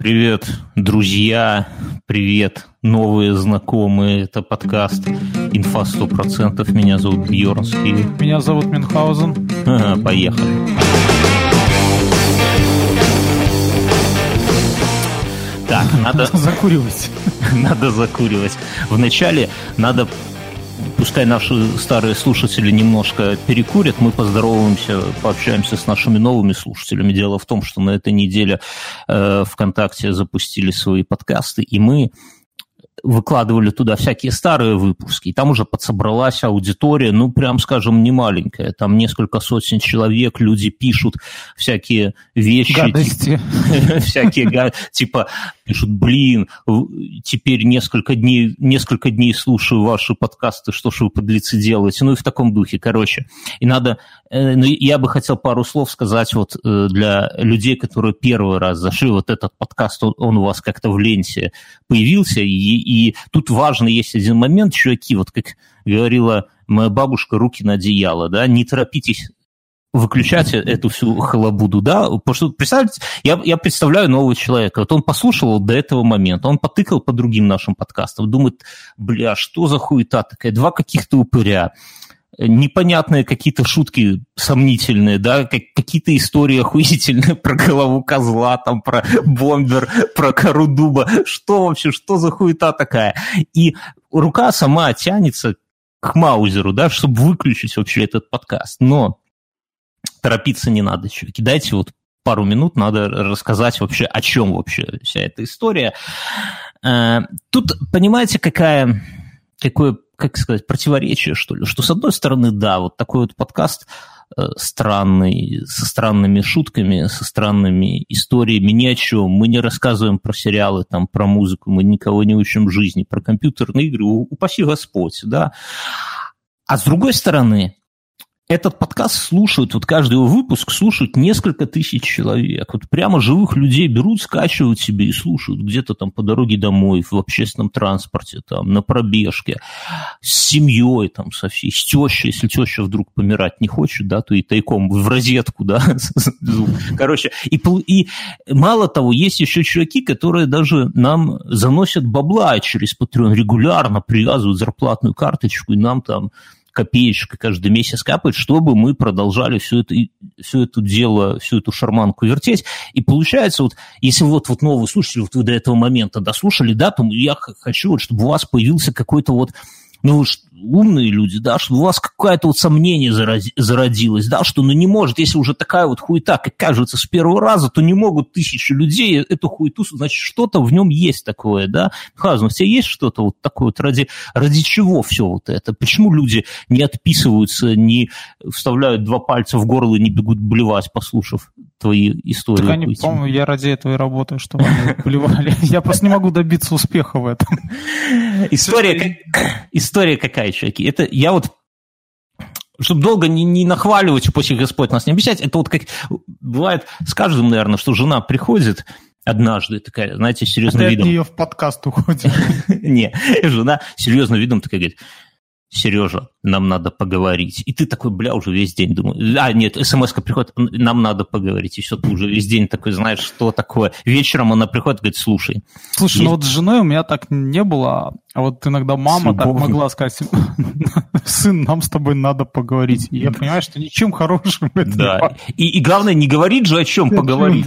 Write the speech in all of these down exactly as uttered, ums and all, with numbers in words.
Привет, друзья, привет, новые знакомые. Это подкаст «Инфа сто процентов». Меня зовут Бьернский. Меня зовут Мюнхгаузен. Ага, поехали. Так, надо... Закуривать. Надо закуривать. Вначале надо... Пускай наши старые слушатели немножко перекурят, мы поздороваемся, пообщаемся с нашими новыми слушателями. Дело в том, что на этой неделе э, ВКонтакте запустили свои подкасты, и мы выкладывали туда всякие старые выпуски, и там уже подсобралась аудитория, ну, прям, скажем, не маленькая. Там несколько сотен человек, люди пишут всякие вещи. Гадости. Типа, всякие, типа, пишут, блин, теперь несколько дней, несколько дней слушаю ваши подкасты, что ж вы, подлецы, делаете? Ну, и в таком духе, короче. И надо, ну, я бы хотел пару слов сказать вот для людей, которые первый раз зашли, вот этот подкаст, он, он у вас как-то в ленте появился, и И тут важно есть один момент, чуваки, вот как говорила моя бабушка, руки на одеяло, да, не торопитесь выключать эту всю халабуду, да, потому что, представьте, я, я представляю нового человека, вот он послушал вот до этого момента, он потыкал по другим нашим подкастам, думает, бля, что за хуета такая, два каких-то упыря, непонятные какие-то шутки сомнительные, да, какие-то истории охуительные про голову козла, там, про бомбер, про кору дуба. Что вообще, что за хуета такая? И рука сама тянется к маузеру, да, чтобы выключить вообще этот подкаст. Но торопиться не надо, чуваки. Дайте вот пару минут, надо рассказать вообще, о чем вообще вся эта история. Тут, понимаете, какая... какое, как сказать, противоречие, что ли, что с одной стороны, да, вот такой вот подкаст э, странный, со странными шутками, со странными историями, ни о чем, мы не рассказываем про сериалы, там, про музыку, мы никого не учим жизни, про компьютерные игры, упаси Господь, да, а с другой стороны, этот подкаст слушают, вот каждый его выпуск слушают несколько тысяч человек. Вот прямо живых людей берут, скачивают себе и слушают где-то там по дороге домой, в общественном транспорте, там, на пробежке, с семьей, там, со всей, с тещей, если теща вдруг помирать не хочет, да, то и тайком в розетку, да, короче. И, и мало того, есть еще чуваки, которые даже нам заносят бабла через Patreon, регулярно привязывают зарплатную карточку, и нам там копеечка каждый месяц капает, чтобы мы продолжали все это, все это дело, всю эту шарманку вертеть. И получается, вот, если вот, вот новые слушатели, вот вы до этого момента дослушали, да, то я хочу, вот, чтобы у вас появился какой-то вот, ну, вы умные люди, да, чтобы у вас какое-то вот сомнение зародилось, да, что ну не может, если уже такая вот хуета, как кажется, с первого раза, то не могут тысячи людей эту хуету, значит, что-то в нем есть такое, да. Хазм, у тебя есть что-то вот такое вот, ради, ради чего все вот это? Почему люди не отписываются, не вставляют два пальца в горло и не бегут блевать, послушав твои истории? Так они, по-моему, я ради этого и работаю, чтобы они блевали. Я просто не могу добиться успеха в этом. История, история какая, чуваки? Это я вот, чтобы долго не, не нахваливать, после Господь нас не обещать, это вот как бывает с каждым, наверное, что жена приходит однажды такая, знаете, серьезным видом. А ты от нее в подкаст уходишь. Не, жена серьезным видом такая говорит: Сережа, нам надо поговорить. И ты такой, бля, уже весь день думаю. А, нет, смс-ка приходит, нам надо поговорить. И все, ты уже весь день такой, знаешь, что такое. Вечером она приходит и говорит, слушай. Слушай, есть... ну вот с женой у меня так не было. А вот иногда мама так могла сказать, сын, нам с тобой надо поговорить. И я понимаю, что ничем хорошим это да. не и, и главное, не говорить же, о чем поговорить.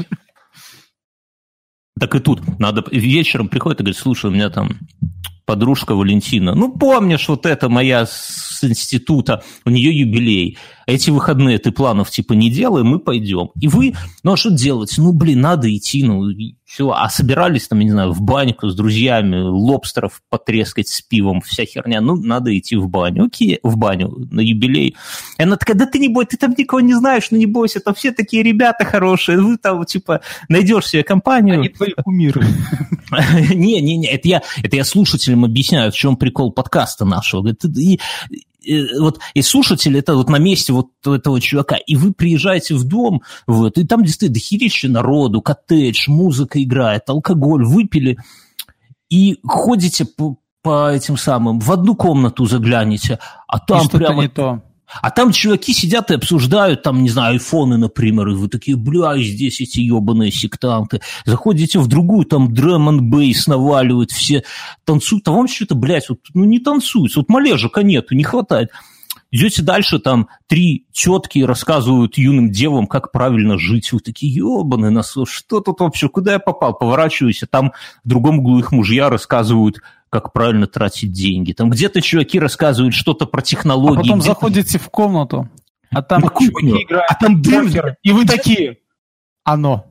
Так и тут надо вечером приходит и говорит, слушай, у меня там подружка Валентина, ну, помнишь, вот это моя с института, у нее юбилей, эти выходные ты планов типа не делай, мы пойдем. И вы, ну, а что делать? Ну, блин, надо идти, ну, все. А собирались там, я не знаю, в баньку с друзьями, лобстеров потрескать с пивом, вся херня, ну, надо идти в баню. Окей, в баню на юбилей. И она такая, да ты не бойся, ты там никого не знаешь, ну, не бойся, там все такие ребята хорошие, вы там, типа, найдешь себе компанию. Они твои кумиры. Не-не-не, это я, это я слушателям объясняю, в чем прикол подкаста нашего. И, и, вот, и слушатель, это вот на месте вот этого чувака, и вы приезжаете в дом, вот, и там действительно дохерища народу, коттедж, музыка играет, алкоголь, выпили, и ходите по, по этим самым, в одну комнату заглянете, а там и что-то прямо... не то. А там чуваки сидят и обсуждают, там, не знаю, айфоны, например, и вы такие, бля, здесь эти ебаные сектанты. Заходите в другую, там драм энд бейс наваливают, все танцуют. А вам что-то, блядь, вот, ну не танцуется, вот малежика нету, не хватает. Идете дальше, там три тетки рассказывают юным девам, как правильно жить. Вы такие, ебаные насос, что тут вообще, куда я попал? Поворачиваюсь, а там в другом углу их мужья рассказывают, как правильно тратить деньги. Там где-то чуваки рассказывают что-то про технологии. А потом где-то... заходите в комнату, а там на чуваки играют, а там дым, и вы такие... Оно.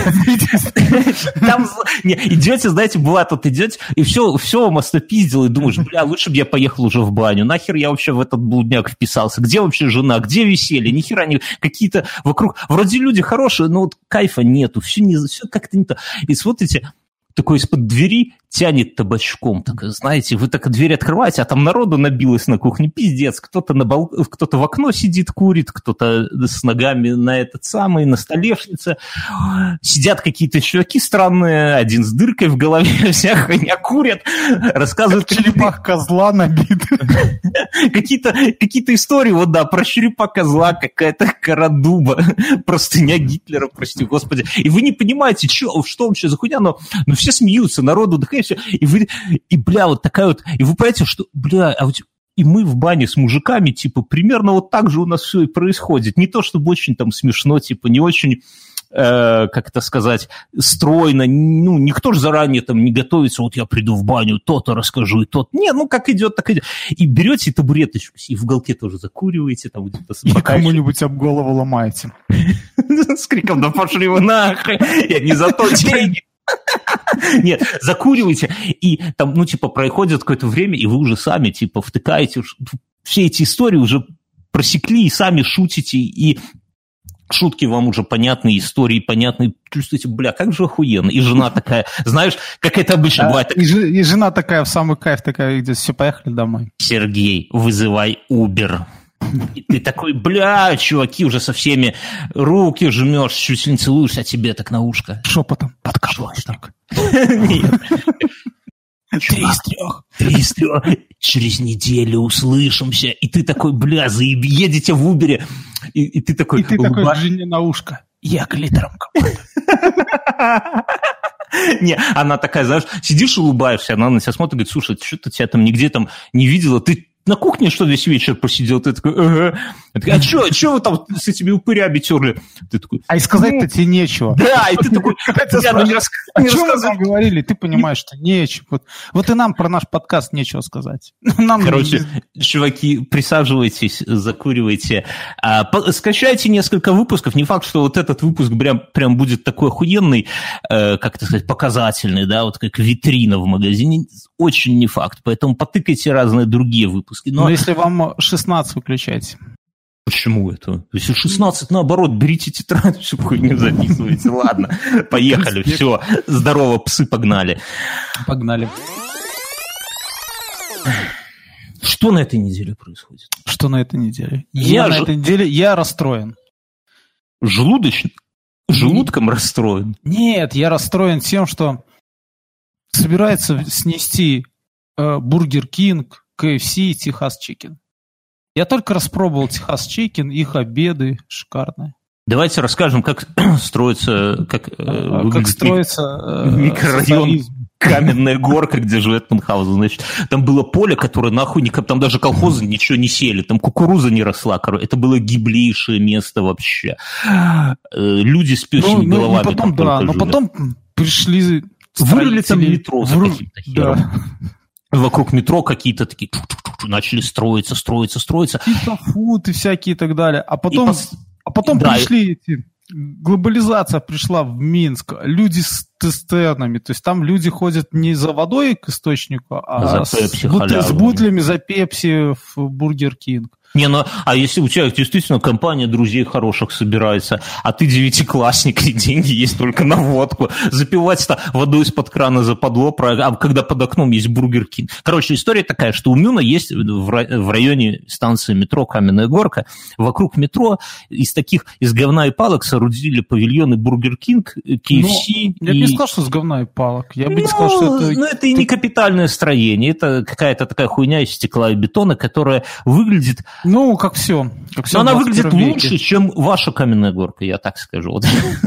Там, не, идете, знаете, бывает, вот идете, и все, все вам остопиздил, и думаешь, бля, лучше бы я поехал уже в баню. Нахер я вообще в этот блудняк вписался? Где вообще жена? Где веселье? Ни хера не... Какие-то вокруг... Вроде люди хорошие, но вот кайфа нету. Все, не, все как-то не то. И смотрите, такой из-под двери тянет табачком. Так, знаете, вы так дверь открываете, а там народу набилось на кухне. Пиздец. Кто-то, на бал... кто-то в окно сидит, курит, кто-то с ногами на этот самый, на столешнице. Сидят какие-то чуваки странные, один с дыркой в голове, вся хуйня курят, рассказывают... Как черепах козла набит. Какие-то, какие-то истории, вот да, про черепа козла, какая-то кора дуба, простыня Гитлера, прости господи. И вы не понимаете, что, что вообще за хуйня, но, но все смеются, народу, да, все. И вы, и, бля, вот такая вот, и вы понимаете, что, бля, а вот и мы в бане с мужиками, типа, примерно вот так же у нас все и происходит. Не то, чтобы очень там смешно, типа, не очень, э, как это сказать, стройно, ну, никто же заранее там не готовится, вот я приду в баню, то-то расскажу, и тот. Не, ну, как идет, так идет. И берете табуреточку, и в уголке тоже закуриваете, там где-то... И кому-нибудь об голову ломаете. С криком, да пошли вы нахуй, я не за то деньги. Нет, закуривайте, и там, ну, типа, проходит какое-то время, и вы уже сами, типа, втыкаете, все эти истории уже просекли, и сами шутите, и шутки вам уже понятны, истории понятны, чувствуете, бля, как же охуенно. И жена такая, знаешь, как это обычно а, бывает. И, и жена такая, в самый кайф, такая, где все, поехали домой. Сергей, вызывай Uber. И ты такой, бля, чуваки, уже со всеми руки жмешь, чуть ли не целуешься, а тебе так на ушко. Шепотом, подкаблучник. Нет. Три из трех. Три из трех. Через неделю услышимся. И ты такой, бля, заеб... едете в Убере. И, и ты такой... И ты такой жене на ушко. Я клитором какой-то. Не, она такая, знаешь, сидишь и улыбаешься, она на тебя смотрит и говорит, слушай, что-то тебя там нигде там не видела, ты на кухне что весь вечер просидел? Ты такой, ага. Такая, а что, что вы там с этими упырями терли? Ты такой, а и сказать-то тебе нечего. Да, и ты такой, а что мы там говорили? Ты понимаешь, что нечего. Вот и нам про наш подкаст нечего сказать. Короче, чуваки, присаживайтесь, закуривайте, скачайте несколько выпусков. Не факт, что вот этот выпуск прям будет такой охуенный, как это сказать, показательный, да, вот как витрина в магазине. Очень не факт, поэтому потыкайте разные другие выпуски. Но, Но если вам шестнадцать выключайте. Почему это? Если шестнадцать, наоборот, берите тетрадь, всю хуйню записывайте. Ладно, поехали, все, здорово, псы, погнали. Погнали. Что на этой неделе происходит? Что на этой неделе? Я, я на ж... этой неделе, я расстроен. Желудочный? Желудком расстроен? Нет, я расстроен тем, что собирается снести э, Бургер Кинг, кей эф си и Техас Чикен. Я только распробовал Техас Чикен, их обеды шикарные. Давайте расскажем, как строится, как, а, как строится э, микрорайон социализм. Каменная горка, где живет Мюнхгаузен. Значит, там было поле, которое нахуй никак, там даже колхозы ничего не сели, там кукуруза не росла, короче, это было гиблейшее место вообще. Люди с пёсьими ну, головами. Ну, потом, да, но потом пришли... Вырыли там метро за Вру... каким-то хером. Да. Вокруг метро какие-то такие начали строиться, строиться, строиться. Фитофуд и всякие и так далее. А потом, пос... а потом да, пришли и... эти... Глобализация пришла в Минск. Люди с тестернами. То есть там люди ходят не за водой к источнику, а за с, бут... с бутлями за пепси в Бургер Кинг. Не, ну, а если у тебя действительно компания друзей хороших собирается, а ты девятиклассник, и деньги есть только на водку, запивать-то водой из-под крана западло, а когда под окном есть Бургер Кинг. Короче, история такая, что у Мюна есть в районе станции метро Каменная Горка, вокруг метро из таких, из говна и палок соорудили павильоны Бургер Кинг, кей эф си. Ну, я бы не сказал, что с говна и палок. Я бы ну, не сказал, что это... Ну, это и не капитальное строение, это какая-то такая хуйня из стекла и бетона, которая выглядит... Ну, как все. Как все Но она выглядит лучше, чем ваша каменная горка, я так скажу.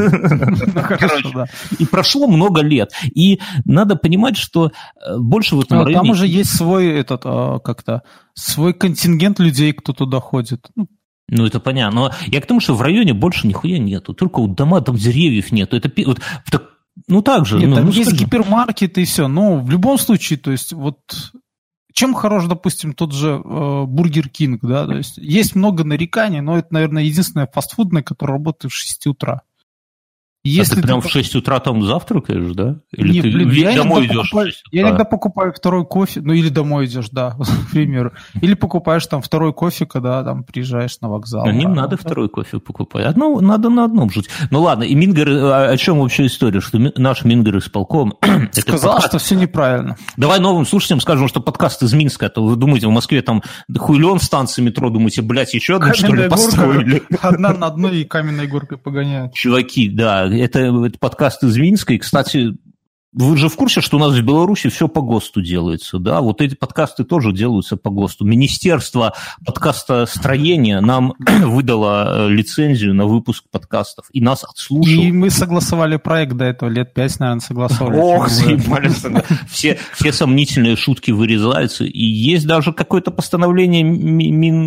Короче, и прошло много лет. И надо понимать, что больше в этом районе... Там уже есть свой этот, как-то, свой контингент людей, кто туда ходит. Ну, это понятно. Но я к тому, что в районе больше нихуя нету. Только вот дома, там деревьев нету. Это вот, ну, так же. Нет, ну, там ну, есть скажи. гипермаркеты и все. Но в любом случае, то есть, вот... Чем хорош, допустим, тот же Бургер Кинг, да, то есть есть много нареканий, но это, наверное, единственное фастфудное, которое работает в шесть утра. Если а ты прям ты... в шесть утра там завтракаешь, да? Или не, ты блин, я домой идешь покупаю, в шесть утра? Я иногда покупаю второй кофе, ну или домой идешь, да, к примеру. Или покупаешь там второй кофе, когда там приезжаешь на вокзал. Ну, не да, надо да. второй кофе покупать. Одно, надо на одном жить. Ну ладно, и Мингер, о чем вообще история? Что наш Мингер исполком... Сказал, что все неправильно. Давай новым слушателям скажем, что подкаст из Минска. А то вы думаете, в Москве там хуйлен станции метро, думаете, блядь, еще одну, что ли, построили? Одна на одной и каменной горкой погоняют. Чуваки, да, это, это подкаст из Минска. И, кстати, вы же в курсе, что у нас в Беларуси все по ГОСТу делается, да? Вот эти подкасты тоже делаются по ГОСТу. Министерство подкастостроения нам выдало лицензию на выпуск подкастов, и нас отслушало. И мы согласовали проект до этого, лет пять, наверное, согласовали. Ох, заебались. Все, все сомнительные шутки вырезаются, и есть даже какое-то постановление Мин,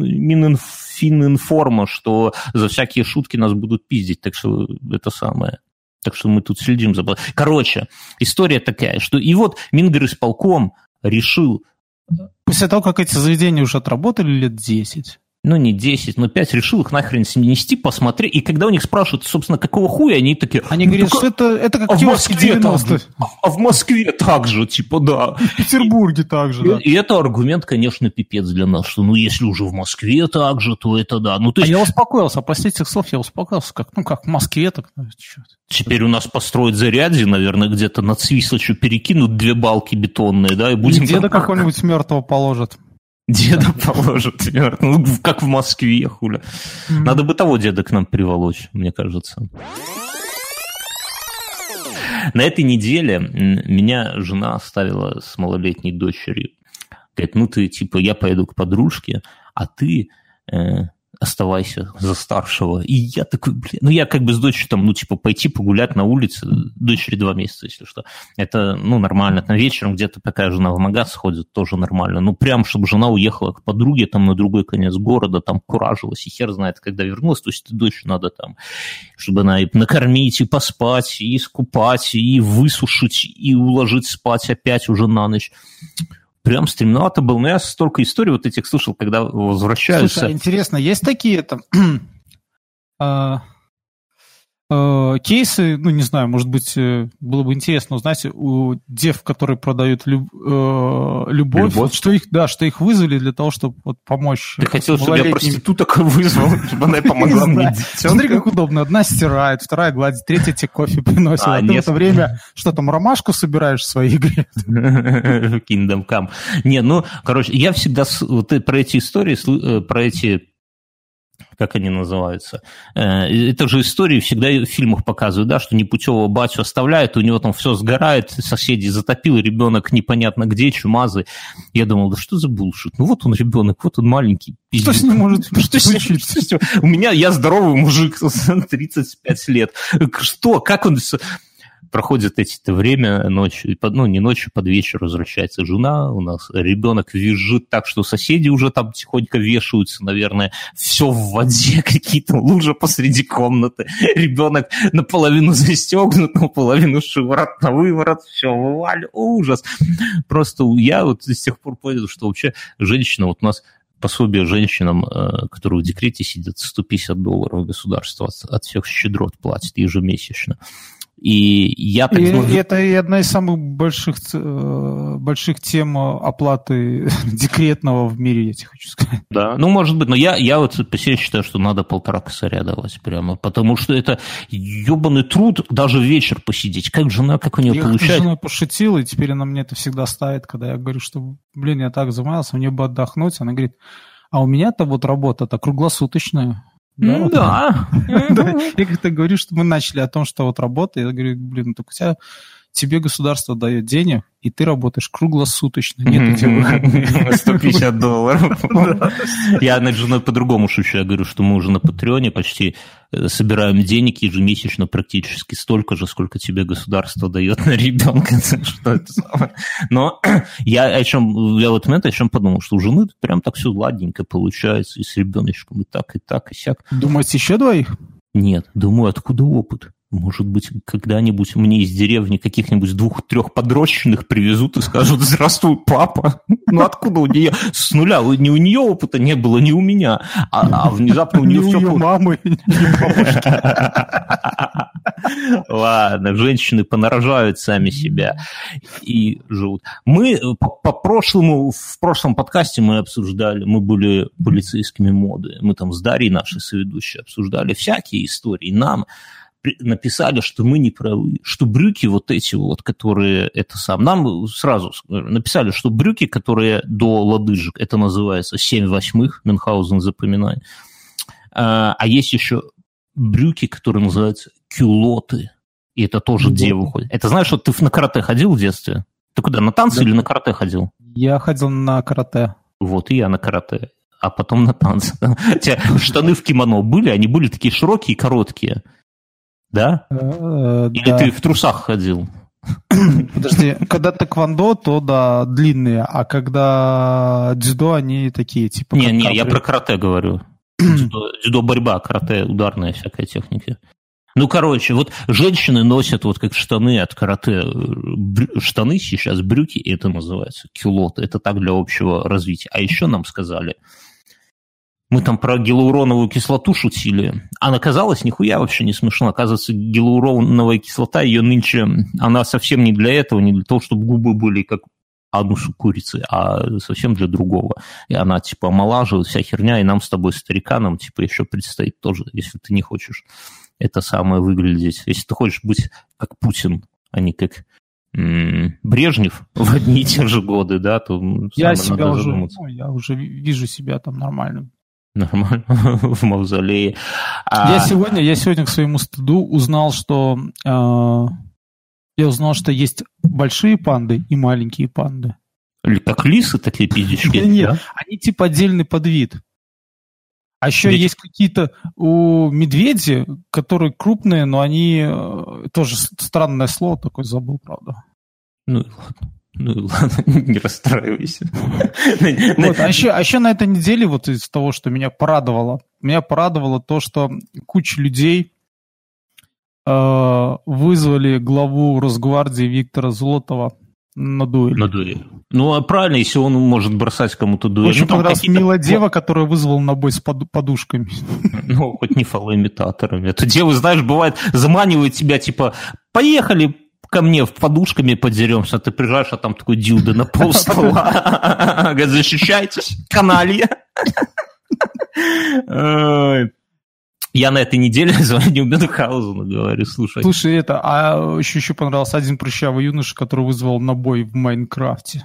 Мининформа, что за всякие шутки нас будут пиздить, так что это самое... Так что мы тут следим за... Короче, история такая, что и вот Мингорисполком решил... После того, как эти заведения уже отработали лет десять... Ну, не десять, но пять, решил их нахрен снести, посмотреть. И когда у них спрашивают, собственно, какого хуя, они такие... Они говорят, ну, что это, это как а в Москве девяностые. А, а в Москве так же, типа, да. В Петербурге так же, и, да. И это аргумент, конечно, пипец для нас, что, ну, если уже в Москве так же, то это да. Ну, то есть... А я успокоился, после этих слов я успокоился. Как, ну, как в Москве, так... Ну, теперь у нас построят Зарядье, наверное, где-то над Свислочью перекинут две балки бетонные, да, и будем... И деда какого-нибудь мертвого положат. Деда положат, ну, как в Москве, хуля. Mm-hmm. Надо бы того деда к нам приволочь, мне кажется. На этой неделе меня жена оставила с малолетней дочерью. Говорит, ну ты, типа, я поеду к подружке, а ты... Э, оставайся за старшего. И я такой, блин, ну я как бы с дочерью там, ну типа пойти погулять на улице, дочери два месяца, если что. Это, ну, нормально. Там вечером где-то такая жена в магаз ходит, тоже нормально. Ну прям, чтобы жена уехала к подруге там на другой конец города, там куражилась, и хер знает, когда вернулась. То есть дочь надо там, чтобы она и накормить, и поспать, и искупать, и высушить, и уложить спать опять уже на ночь. Прям стремновато был. Но я столько историй вот этих слушал, когда возвращаются. Слушай, интересно, есть такие там э, э, кейсы, ну, не знаю, может быть, было бы интересно узнать у дев, которые продают люб, э, любовь, любовь? Что их, да, что их вызвали для того, чтобы вот, помочь. Ты хотел, чтобы я проституток вызвал, чтобы она помогла мне. Смотри, как удобно. Одна стирает, вторая гладит, третья тебе кофе приносит. А ты в это время, что там, ромашку собираешь в своей игре? Kingdom Come. Не, ну, короче, я всегда вот про эти истории, про эти... как они называются. Это же истории всегда в фильмах показывают, да, что непутевого батю оставляют, у него там все сгорает, соседей затопил, ребенок непонятно где, чумазый. Я думал, да что за булшит? Ну вот он ребенок, вот он маленький. Что с ним может случиться? У меня, я здоровый мужик, тридцать пять лет. Что? Как он... Проходит эти-то время ночью, ну, не ночью, под вечер возвращается жена, у нас ребенок визжит так, что соседи уже там тихонько вешаются, наверное, все в воде, какие-то лужи посреди комнаты, ребенок наполовину застегнут, наполовину шиворот на выворот, все, вывали, ужас. Просто я вот с тех пор понял, что вообще женщина, вот у нас пособие женщинам, которые в декрете сидят, сто пятьдесят долларов государство от, от всех щедрот платит ежемесячно. И я так и, думаю... и это и одна из самых больших, больших тем оплаты декретного в мире, я тебе хочу сказать. Да, ну, может быть, но я, я вот по себе считаю, что надо полтора косаря давать прямо, потому что это ебаный труд даже вечер посидеть. Как жена, как у нее я получается? Я жена пошутила, и теперь она мне это всегда ставит, когда я говорю, что, блин, я так замаялся, мне бы отдохнуть. Она говорит, а у меня-то вот работа-то круглосуточная. Да, ну, да. да. Я как-то говорю, что мы начали о том, что вот работа, я говорю, блин, так у тебя тебе государство дает денег, и ты работаешь круглосуточно, нет этих выходных. сто пятьдесят долларов. Я над женой по-другому шучу. Я говорю, что мы уже на Патреоне почти собираем денег ежемесячно практически столько же, сколько тебе государство дает на ребенка. Что это самое. Но я о чем, я в этот момент о чем подумал, что у жены прям так все ладненько получается, и с ребеночком и так, и так, и сяк. Думаете, еще двоих? Нет, думаю, откуда опыт? Может быть, когда-нибудь мне из деревни каких-нибудь двух-трех подрощенных привезут и скажут: здравствуй, папа. Ну откуда у нее? С нуля. Ни у нее опыта не было, ни у меня. А, а внезапно у нее все... Ни у мамы, ни бабушки. Ладно, женщины понарожают сами себя и живут. Мы по прошлому, в прошлом подкасте мы обсуждали, мы были полицейскими моды. Мы там с Дарьей, нашей соведущей, обсуждали всякие истории. Нам написали, что мы не правы, что брюки вот эти вот, которые это сам, нам сразу написали, что брюки, которые до лодыжек, это называется семь восьмых, Мюнхгаузен, запоминай. А, а есть еще брюки, которые называются кюлоты, и это тоже mm-hmm. девы ходят. Это знаешь, что ты на карате ходил в детстве? Ты куда, на танцы да. или на карате ходил? Я ходил на карате. Вот, и я на карате, а потом на танцы. У тебя штаны в кимоно были, они были такие широкие и короткие. Да? Uh, Или да. ты в трусах ходил? Подожди, когда тэквондо, то да, длинные, а когда дзюдо, они такие, типа... Не, не, я про карате говорю. дзюдо, дзюдо борьба, карате, ударная всякая техника. Ну, короче, вот женщины носят вот как штаны от карате, штаны сейчас, брюки, и это называется кюлоты. Это так для общего развития. А еще нам сказали... Мы там про гиалуроновую кислоту шутили. Она оказалась нихуя вообще не смешно. Оказывается, гиалуроновая кислота, ее нынче, она совсем не для этого, не для того, чтобы губы были как одну курицы, а совсем для другого. И она типа омолаживает, вся херня, и нам с тобой, стариканам, типа еще предстоит тоже, если ты не хочешь это самое выглядеть. Если ты хочешь быть как Путин, а не как м-м, Брежнев в одни и те же годы, да, то я себя уже, ну, я уже вижу себя там нормальным. Нормально, в мавзолее. А... Я, сегодня, я сегодня к своему стыду узнал, что э, я узнал, что есть большие панды и маленькие панды. Как лисы такие пиздечки? Нет, да? Они типа отдельный подвид. А еще Ведь... есть какие-то у медведи, которые крупные, но они э, тоже странное слово такое забыл, правда. Ну ладно. Ну ладно, не расстраивайся. Вот, а, еще, а еще на этой неделе, вот из того, что меня порадовало, меня порадовало то, что куча людей э, вызвали главу Росгвардии Виктора Золотова на дуэль. На дуэль. Ну, а правильно, если он может бросать кому-то дуэль. Очень ну, понравилась милая дева, которая вызвала на бой с под, подушками. Ну, хоть не фалоимитаторами. Это девы, знаешь, бывает, заманивает тебя, типа, поехали, ко мне в подушками подеремся, ты приезжаешь, а там такой дилдо на пол стола. Говорит, защищайтесь, каналья. Я на этой неделе звоню Мюнхгаузену, говорю, слушай. Слушай, это, а еще, еще понравился один прыщавый юноша, который вызвал на бой в Майнкрафте.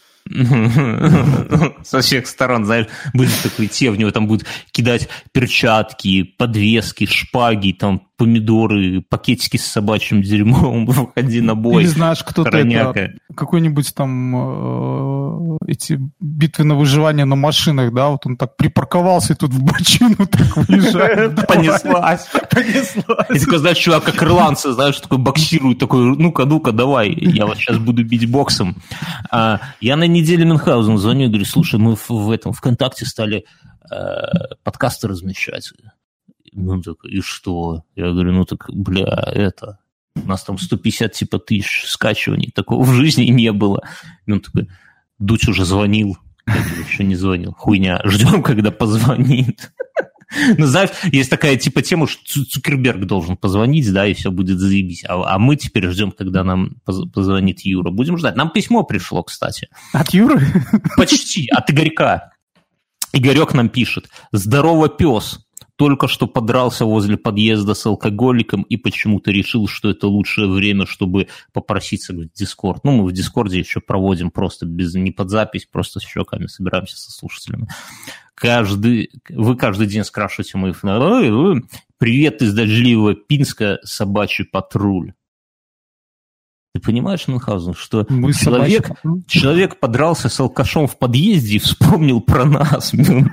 Со всех сторон, знаешь, будет такой те, в него там будут кидать перчатки, подвески, шпаги, там помидоры, пакетики с собачьим дерьмом, выходи на бой. Или знаешь, кто-то это, какой-нибудь там э, эти битвы на выживание на машинах, да, вот он так припарковался и тут в бочину так выезжает. Понеслась. Понеслась. И такой, знаешь, чувак, как ирландцы, знаешь, такой боксирует, такой, ну-ка, ну-ка, давай, я вас сейчас буду бить боксом. Я на неделе Мюнхгаузену звоню и говорю, слушай, мы в этом ВКонтакте стали подкасты размещать. Ну, так, и что? Я говорю, ну, так, бля, это... У нас там сто пятьдесят типа тысяч скачиваний, такого в жизни не было. И он такой, Дудь уже звонил. Я говорю, еще не звонил. Хуйня, ждем, когда позвонит. Ну, знаешь, есть такая типа тема, что Цукерберг должен позвонить, да, и все будет заебись. А, а мы теперь ждем, когда нам позвонит Юра. Будем ждать. Нам письмо пришло, кстати. От Юры? Почти, от Игорька. Игорек нам пишет. Здорово, пес. Только что подрался возле подъезда с алкоголиком и почему-то решил, что это лучшее время, чтобы попроситься в Дискорд. Ну, мы в Дискорде еще проводим просто без, не под запись, просто с щеками собираемся со слушателями. Каждый, вы каждый день скрашиваете мои фонарики. Привет из дождливого Пинска, собачий патруль. Ты понимаешь, Мюнхгаузен, что человек, человек подрался с алкашом в подъезде и вспомнил про нас.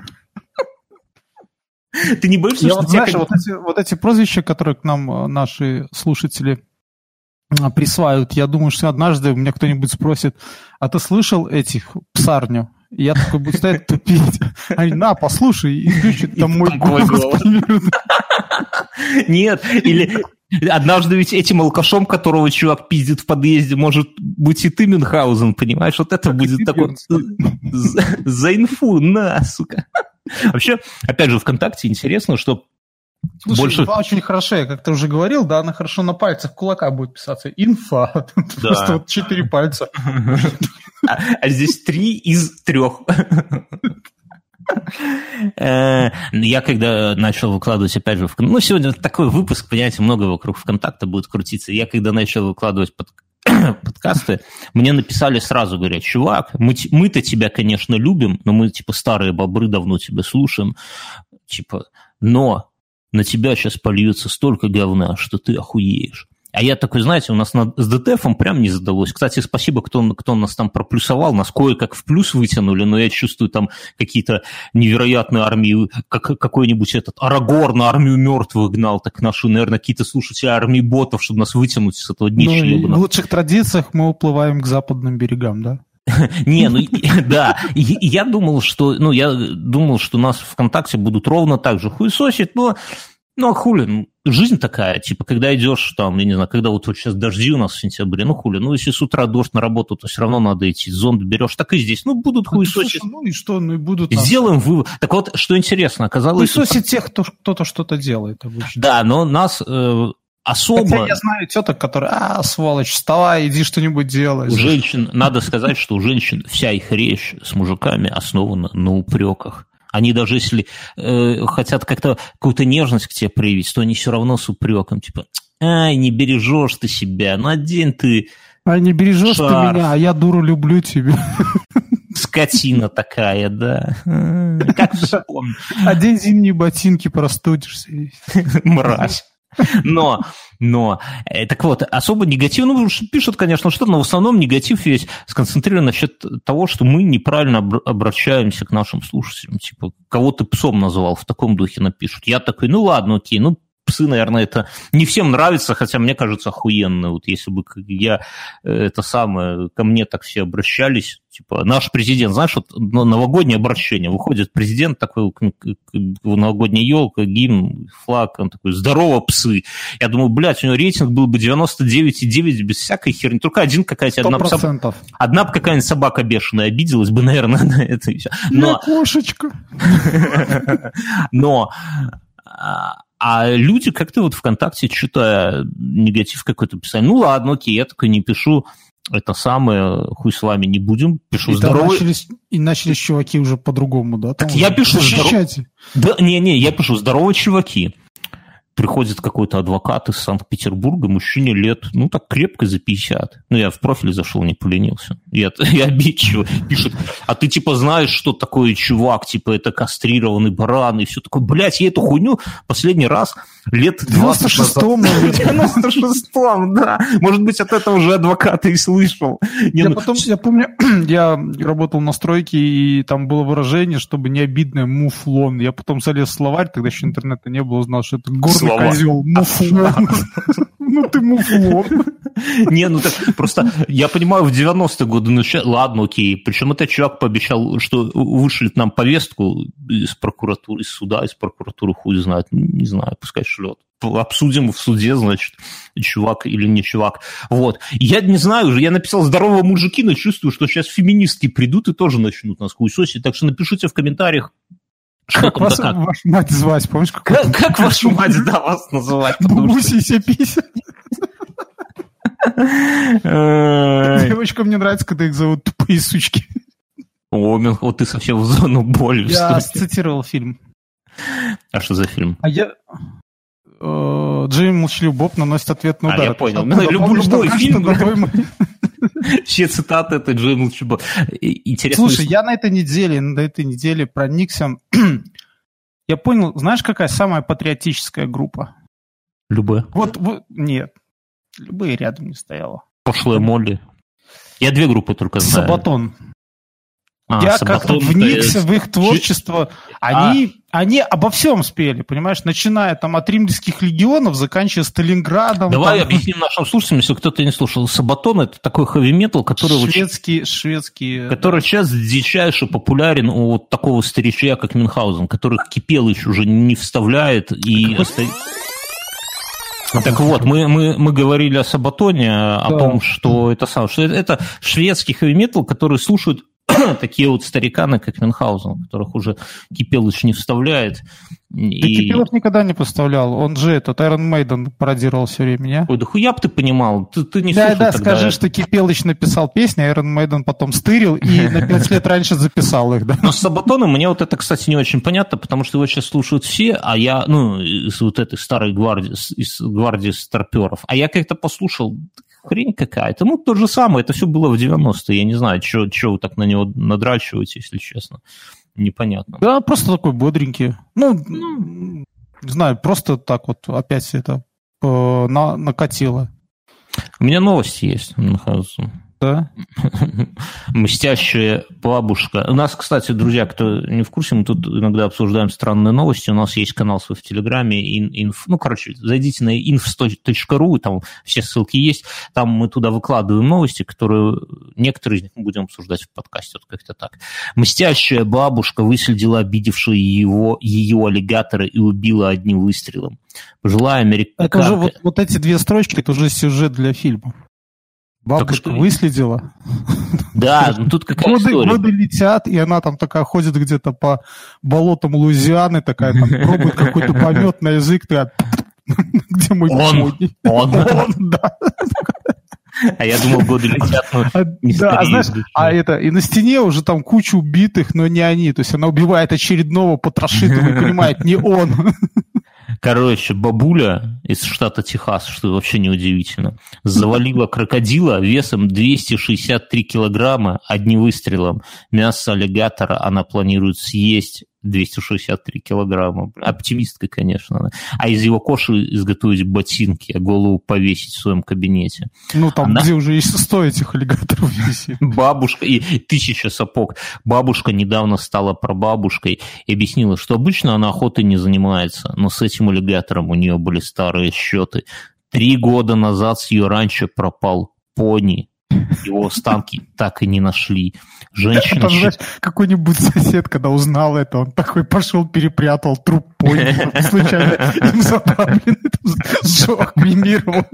Ты не боишься, я что вот, тебя... Знаешь, как... вот, эти, вот эти прозвища, которые к нам наши слушатели присваивают, я думаю, что однажды у меня кто-нибудь спросит, а ты слышал этих псарню? И я такой буду стоять тупить. Они, на, послушай, и включит там мой голос. Нет, или... Однажды ведь этим алкашом, которого чувак пиздит в подъезде, может быть и ты, Мюнхгаузен, понимаешь? Вот это так будет такой... За, за инфу, на, сука. Вообще, опять же, ВКонтакте интересно, что Слушай, больше... инфа очень хорошая, как ты уже говорил, да, она хорошо на пальцах кулака будет писаться. Инфа. Да. Просто вот четыре пальца. А, а здесь три из трех. Я когда начал выкладывать, опять же, в... ну, сегодня такой выпуск, понимаете, много вокруг ВКонтакта будет крутиться. Я когда начал выкладывать под... подкасты, мне написали сразу, говорят, чувак, мы, мы-то тебя, конечно, любим, но мы, типа, старые бобры, давно тебя слушаем, типа, но на тебя сейчас польется столько говна, что ты охуеешь. А я такой, знаете, у нас на, с ДТФом прям не задалось. Кстати, спасибо, кто, кто нас там проплюсовал, нас кое-как в плюс вытянули, но я чувствую там какие-то невероятные армии, как, какой-нибудь этот Арагорн на армию мертвых гнал, так наши, наверное, какие-то слушатели армии ботов, чтобы нас вытянуть с этого днища. Ну, в лучших традициях мы уплываем к западным берегам, да? Не, ну да, я думал, что, ну, я думал, что нас в ВКонтакте будут ровно так же хуесосить, но, ну, а хули, ну, жизнь такая, типа, когда идешь там, я не знаю, когда вот, вот сейчас дожди у нас в сентябре, ну, хули, ну, если с утра дождь на работу, то все равно надо идти, зонт берешь, так и здесь, ну, будут хуесосить. Ну, и что, ну, и будут... Сделаем вывод. Так вот, что интересно, оказалось... Хуесосить тех, кто кто-то что-то делает обычно. Да, но нас... Э, особо... Хотя я знаю теток, которые, а, сволочь, вставай, иди что-нибудь делай. У женщин, надо сказать, что у женщин вся их речь с мужиками основана на упреках. Они даже если э, хотят как-то какую-то нежность к тебе проявить, то они все равно с упреком, типа, ай, не бережешь ты себя, ну одень ты А не бережешь шарф. Ты меня, а я, дура, люблю тебя. Скотина такая, да. Как вспомнить. Одень зимние ботинки, простудишься. Мразь. Но, но, так вот, особо негатив, ну, пишут, конечно, что-то, но в основном негатив весь сконцентрирован насчет того, что мы неправильно обращаемся к нашим слушателям. Типа, кого ты псом назвал, в таком духе напишут. Я такой, ну ладно, окей, ну, псы, наверное, это не всем нравится, хотя мне кажется охуенно. Вот если бы я это самое, ко мне так все обращались, типа, наш президент, знаешь, вот новогоднее обращение, выходит президент такой, новогодняя елка, гимн, флаг, он такой, здорово, псы. Я думаю, блядь, у него рейтинг был бы девяносто девять и девять без всякой херни, только один какая-то, одна, соб... одна какая-нибудь собака бешеная обиделась бы, наверное, на это и все. Но... кошечка. Но... А люди как-то вот ВКонтакте, что-то негатив какой-то писали. Ну ладно, окей, я такой не пишу, это самое, хуй с вами не будем, пишу и здоровый. Начались, и начались чуваки уже по-другому, да? Так я пишу здоровый. Да, не-не, я пишу здоровые чуваки. Приходит какой-то адвокат из Санкт-Петербурга, мужчине лет, ну, так крепко за пятьдесят. Ну, я в профиль зашел, не поленился. Я, я обидчиво. Пишет, а ты, типа, знаешь, что такое чувак, типа, это кастрированный баран и все такое. Блядь, я эту хуйню последний раз лет двадцать в девяносто шестом. В девяносто шестом, да. Может быть, от этого уже адвоката и слышал. Не, я ну... потом, я помню, я работал на стройке, и там было выражение, чтобы не обидное, муфлон. Я потом залез в словарь, тогда еще интернета не было, узнал, что это горный козел, муфлон. Ну ты муфлон. Не, ну так просто, я понимаю, в девяностые годы, ну ладно, окей. Причем этот чувак пообещал, что вышлет нам повестку из прокуратуры, из суда, из прокуратуры, хуй знает, не знаю, пускай шлет. Обсудим в суде, значит, чувак или не чувак. Вот. Я не знаю уже, я написал здоровые мужики, но чувствую, что сейчас феминистки придут и тоже начнут нас хуесосить. Так что напишите в комментариях, что как вас, как? Вашу мать звать, помнишь? Как, как вашу мать, да, вас называть? Бабуся пися. Девочкам мне нравится, когда их зовут тупые сучки. О, вот ты совсем в зону боли. Я цитировал фильм. А что за фильм? А я... Джейми Молчаливый Боб наносит ответный удар. А, я понял. Любой фильм. Все цитаты это Джейми Молчаливый Боб. Слушай, я на этой неделе, на этой неделе проникся... Я понял, знаешь, какая самая патриотическая группа? Любая. Вот, вот, нет. Любые рядом не стояла. Пошлая Молли. Я две группы только знаю. Сабатон. А, Я Сабатон, как-то вникся это... в их творчество. Они, а. они обо всем спели, понимаешь? Начиная там от римских легионов, заканчивая Сталинградом. Давай там... объясним нашим слушателям, если кто-то не слушал. Сабатон — это такой хэви-метал, который... Шведский, очень... шведский... Который да. Сейчас дичайше популярен у вот такого старичья, как Мюнхгаузен, которых Кипелыч уже не вставляет и... Так вот, мы, мы, мы говорили о Сабатоне, о да. том, что это, что это шведский хэви-метал, который слушают такие вот стариканы, как Мюнхгаузен, которых уже Кипелыч не вставляет. Да и... Кипелыч никогда не поставлял. Он же этот Iron Maiden пародировал все время, не? Ой, да хуя б ты понимал. Ты, ты не да, слушал да, тогда. Скажи, что Кипелыч написал песни, Iron Maiden потом стырил и на пять лет раньше записал их, да? Но с Сабатоном мне вот это, кстати, не очень понятно, потому что его сейчас слушают все, а я, ну, из вот этой старой гвардии, из гвардии старперов, а я как-то послушал... Хрень какая-то. Ну, то же самое. Это все было в девяностые. Я не знаю, что вы так на него надрачиваете, если честно. Непонятно. Да, просто такой бодренький. Ну, ну не знаю, просто так вот опять это э, на, накатило. У меня новости есть. Да? Мстящая бабушка. У нас, кстати, друзья, кто не в курсе, мы тут иногда обсуждаем странные новости. У нас есть канал свой в Телеграме. Инф, ну, короче, зайдите на инф точка ру, там все ссылки есть. Там мы туда выкладываем новости, которые некоторые из них мы будем обсуждать в подкасте. Вот как-то так. Мстящая бабушка выследила обидевшую его, ее аллигатора и убила одним выстрелом. Пожилая американка... Это уже вот, вот эти две строчки, это уже сюжет для фильма. Бабушка это... выследила. Да, ну тут какая годы, история. Годы летят, и она там такая ходит где-то по болотам Луизианы, такая там пробует какой-то помет на язык, такая, где мой Он, он. Он, да. А я думал, годы летят, но не да, а знаешь, а это, и на стене уже там куча убитых, но не они. То есть она убивает очередного, потрошит его и понимает, не он. Короче, бабуля из штата Техас, что вообще неудивительно, завалила крокодила весом двести шестьдесят три килограмма одним выстрелом. Мясо аллигатора она планирует съесть двести шестьдесят три килограмма. Оптимистка, конечно. А из его кожи изготовить ботинки, а голову повесить в своем кабинете. Ну, там, она... где уже и сто этих аллигаторов висит. Бабушка, и тысяча сапог. Бабушка недавно стала прабабушкой и объяснила, что обычно она охотой не занимается, но с этим аллигатором у нее были старые счеты. Три года назад с ее ранчо пропал пони. Его останки так и не нашли. Женщина... Там, знаешь, какой-нибудь сосед, когда узнал это, он такой пошел, перепрятал труп пони, случайно им затравленный, сжег, кремировал.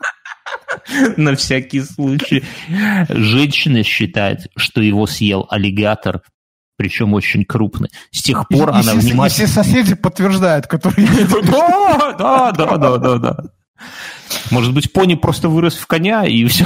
На всякий случай. Женщина считает, что его съел аллигатор, причем очень крупный. С тех пор и, она и, внимательно... И все соседи подтверждают, которые... Да, да, да, да, да. Может быть, пони просто вырос в коня, и все.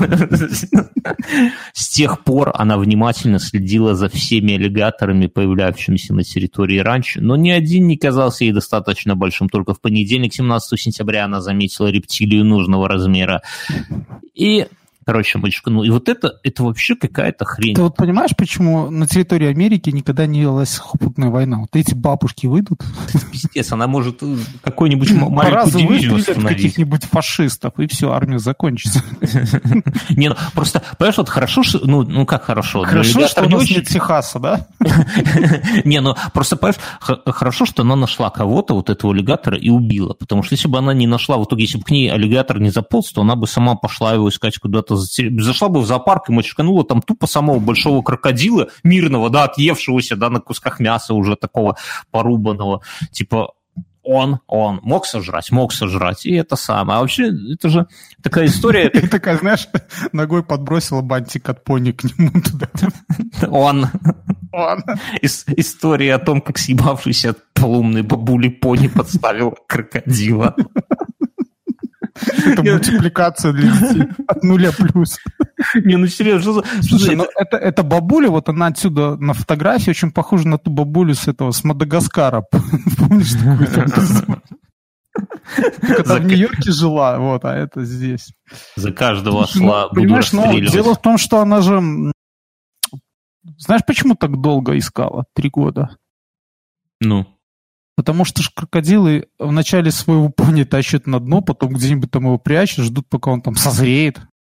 С тех пор она внимательно следила за всеми аллигаторами, появлявшимися на территории ранчо, но ни один не казался ей достаточно большим. Только в понедельник, семнадцатого сентября, она заметила рептилию нужного размера. И... Короче, мальчика, ну и вот это, это вообще какая-то хрень. Ты вот понимаешь, почему на территории Америки никогда не велась сухопутная война? Вот эти бабушки выйдут. Пиздец, она может какой-нибудь маленькую дивизию остановить. Каких-нибудь фашистов, и все, армия закончится. Не, ну просто, понимаешь, вот хорошо, что, ну, ну как хорошо? Хорошо, что у нас нет Техаса, да? Не, ну просто, понимаешь, хорошо, что она нашла кого-то, вот этого аллигатора, и убила. Потому что если бы она не нашла, в итоге, если бы к ней аллигатор не заполз, то она бы сама пошла его искать куда-то. Зашла бы в зоопарк и мочканула там тупо самого большого крокодила, мирного, да, отъевшегося, да, на кусках мяса уже такого порубанного. Типа, он, он мог сожрать, мог сожрать, и это самое. А вообще, это же такая история... И такая, знаешь, ногой подбросила бантик от пони к нему туда. Он. Он. История о том, как съебавшийся от полумной бабули пони подставил крокодила. Это мультипликация для детей от нуля плюс. Не, ну серьезно. Слушай, ну это, это бабуля, вот она отсюда на фотографии очень похожа на ту бабулю с этого, с Мадагаскара. Помнишь такую? Когда в Нью-Йорке жила, вот, а это здесь. За каждого осла буду понимаешь, но расстреливать. Дело в том, что она же... Знаешь, почему так долго искала? Три года. Ну? Потому что ж крокодилы в начале своего пони тащат на дно, потом где-нибудь там его прячут, ждут, пока он там созреет.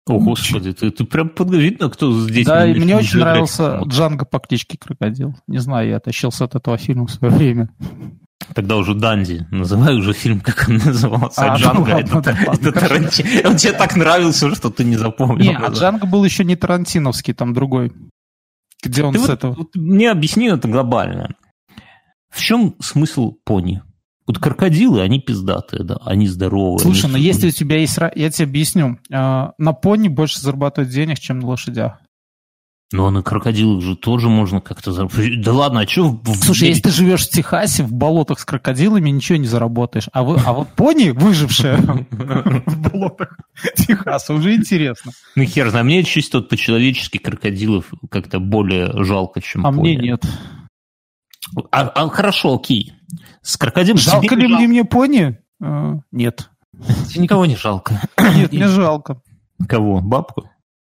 О, господи, ты, ты прям видно, кто здесь... Да, и мне очень нравился Джанго по кличке Крокодил. Не знаю, я тащился от этого фильма в свое время. Тогда уже Данди. Называй уже фильм, как он назывался. А, Джанго, ну, ладно, это, ладно, это Тарантино. Он тебе так нравился, что ты не запомнил. Не, а Джанго был еще не тарантиновский, там другой. Где он ты с вот, этого... Вот мне объясни это глобально. В чем смысл пони? Вот крокодилы, они пиздатые, да, они здоровые. Слушай, они... но если у тебя есть... Я тебе объясню. На пони больше зарабатывать денег, чем на лошадях. Ну, а на крокодилах же тоже можно как-то заработать. Да ладно, а что... Слушай, если ты живешь в Техасе, в болотах с крокодилами, ничего не заработаешь. А, вы, а вот пони, выжившие в болотах Техаса, уже интересно. Ну, хер знаю, мне чисто по-человечески крокодилов как-то более жалко, чем пони. А мне нет. А, а хорошо, окей. С крокодилом... Жалко ли мне мне пони? А, нет. Тебе никого не жалко. Нет, мне жалко. Кого? Бабку?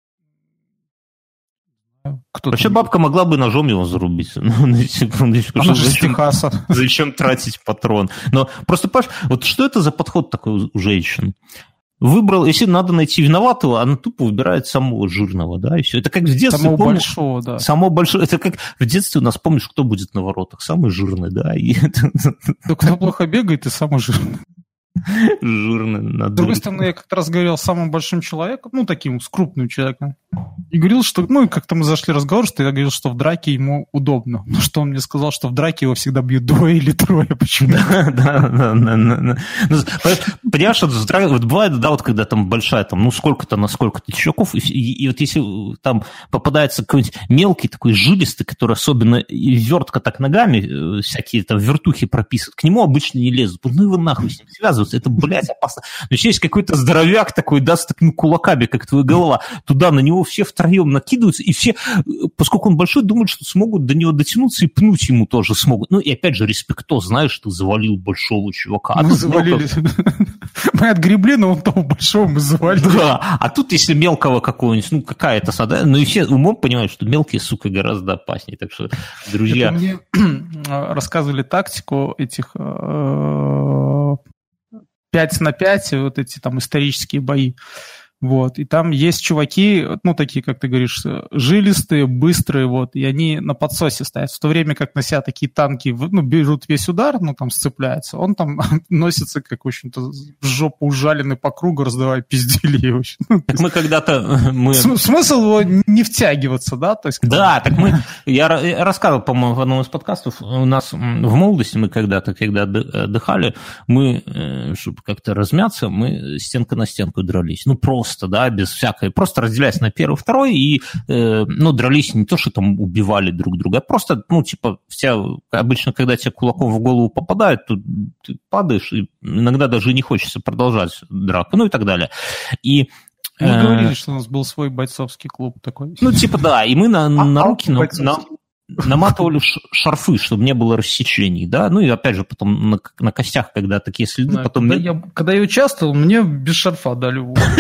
Кто Вообще там? Бабка могла бы ножом его зарубить. Ну, на секундочку. Она же зачем, с Техаса. Зачем тратить патрон? Но просто, понимаешь, вот что это за подход такой у женщин? Выбрал, если надо найти виноватого, она тупо выбирает самого жирного, да, и все. Это как в детстве. Самого помнишь, большого, да. Самого большого. Это как в детстве у нас, помнишь, кто будет на воротах? Самый жирный, да. И... Да кто плохо бегает, и самый жирный. Жирный. Надо... С другой стороны, я как-то раз говорил с самым большим человеком, ну, таким, с крупным человеком, и говорил, что, ну, и как-то мы зашли в разговор, что я говорил, что в драке ему удобно. Ну, что он мне сказал, что в драке его всегда бьют двое или трое. Почему? Да, да, да, да. Понимаешь, вот бывает, да, вот когда там большая, там, ну, сколько-то на сколько-то чуваков, и вот если там попадается какой-нибудь мелкий такой жилистый, который особенно вертка так ногами, всякие там вертухи прописывают, к нему обычно не лезут. Ну, его нахуй с ним связываются, это, блядь, опасно. Но если есть какой-то здоровяк такой, да, с такими кулаками, как твоя голова, туда на него все втроем накидываются, и все, поскольку он большой, думают, что смогут до него дотянуться и пнуть ему тоже смогут. Ну, и опять же, респекто, знаешь, ты завалил большого чувака. А мы завалили. Мы отгребли, но он того большого мы завалили. Да, а тут, если мелкого какого-нибудь, ну, какая-то сада, ну, и все умом понимают, что мелкие, сука, гораздо опаснее. Так что, друзья... Это мне рассказывали тактику этих пять на пять, вот эти там исторические бои. Вот, и там есть чуваки, ну, такие, как ты говоришь, жилистые, быстрые, вот, и они на подсосе стоят, в то время как на себя такие танки, ну, берут весь удар, ну, там, сцепляются, он там носится, как, в общем-то, в жопу ужаленный по кругу, раздавая пиздели, в общем. Так мы когда-то... Мы... Смысл его не втягиваться, да? То есть, да, так мы... Я рассказывал, по-моему, в одном из подкастов, у нас в молодости мы когда-то, когда отдыхали, мы, чтобы как-то размяться, мы стенка на стенку дрались, ну, просто Просто, да, без всякой, просто разделяясь на первый, второй, и, э, ну, дрались не то, что там убивали друг друга, а просто, ну, типа, вся, обычно, когда тебе кулаком в голову попадают, то ты падаешь, и иногда даже не хочется продолжать драку, ну, и так далее. И мы э, говорили, что у нас был свой бойцовский клуб такой. Ну, типа, да, и мы на, а, на руки... На, на, наматывали шарфы, чтобы не было рассечений, да, ну и опять же потом на, на костях, когда такие следы, да, потом... Когда, я, когда я участвовал, мне без шарфа дали.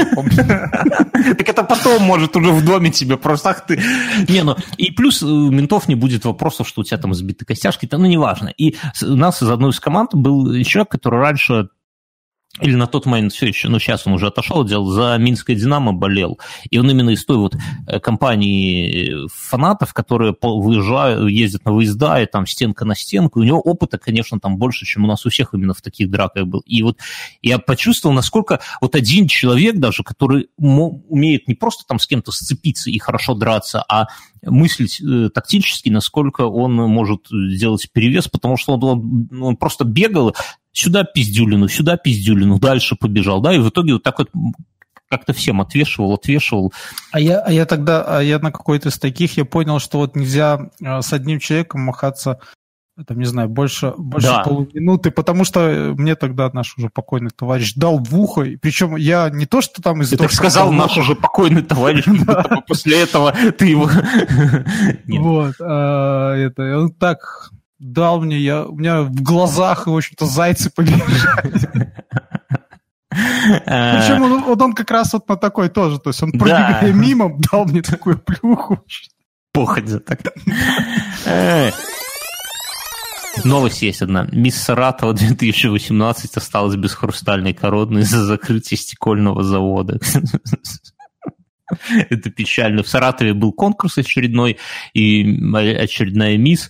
Так это потом, может, уже в доме тебе просто, ах ты... Не, ну, и плюс у ментов не будет вопросов, что у тебя там сбиты костяшки, ну, неважно. И у нас из одной из команд был человек, который раньше... или на тот момент все еще, ну, сейчас он уже отошел, делал, за Минское «Динамо» болел. И он именно из той вот компании фанатов, которые выезжают, ездят на выезда, и там стенка на стенку. И у него опыта, конечно, там больше, чем у нас у всех именно в таких драках был. И вот я почувствовал, насколько вот один человек даже, который умеет не просто там с кем-то сцепиться и хорошо драться, а мыслить э, тактически, насколько он может сделать перевес, потому что он, он, он просто бегал, сюда пиздюлину, сюда пиздюлину, дальше побежал, да, и в итоге вот так вот как-то всем отвешивал, отвешивал. А я, а я тогда, а я на какой-то из таких, я понял, что вот нельзя с одним человеком махаться, там, не знаю, больше, больше да. полуминуты, потому что мне тогда наш уже покойный товарищ дал в ухо, и причем я не то, что там из-за того, что... Ты сказал наш уже покойный товарищ, после этого ты его... Вот, это, он так... дал мне, я, у меня в глазах, в общем-то, зайцы побежали. Причем он, вот он как раз вот на такой тоже, то есть он, пробегая мимо, дал мне такую плюху. Походя так. Новость есть одна. Мисс Саратова две тысячи восемнадцать осталась без хрустальной короны из-за закрытия стекольного завода. Это печально. В Саратове был конкурс очередной, и очередная мисс,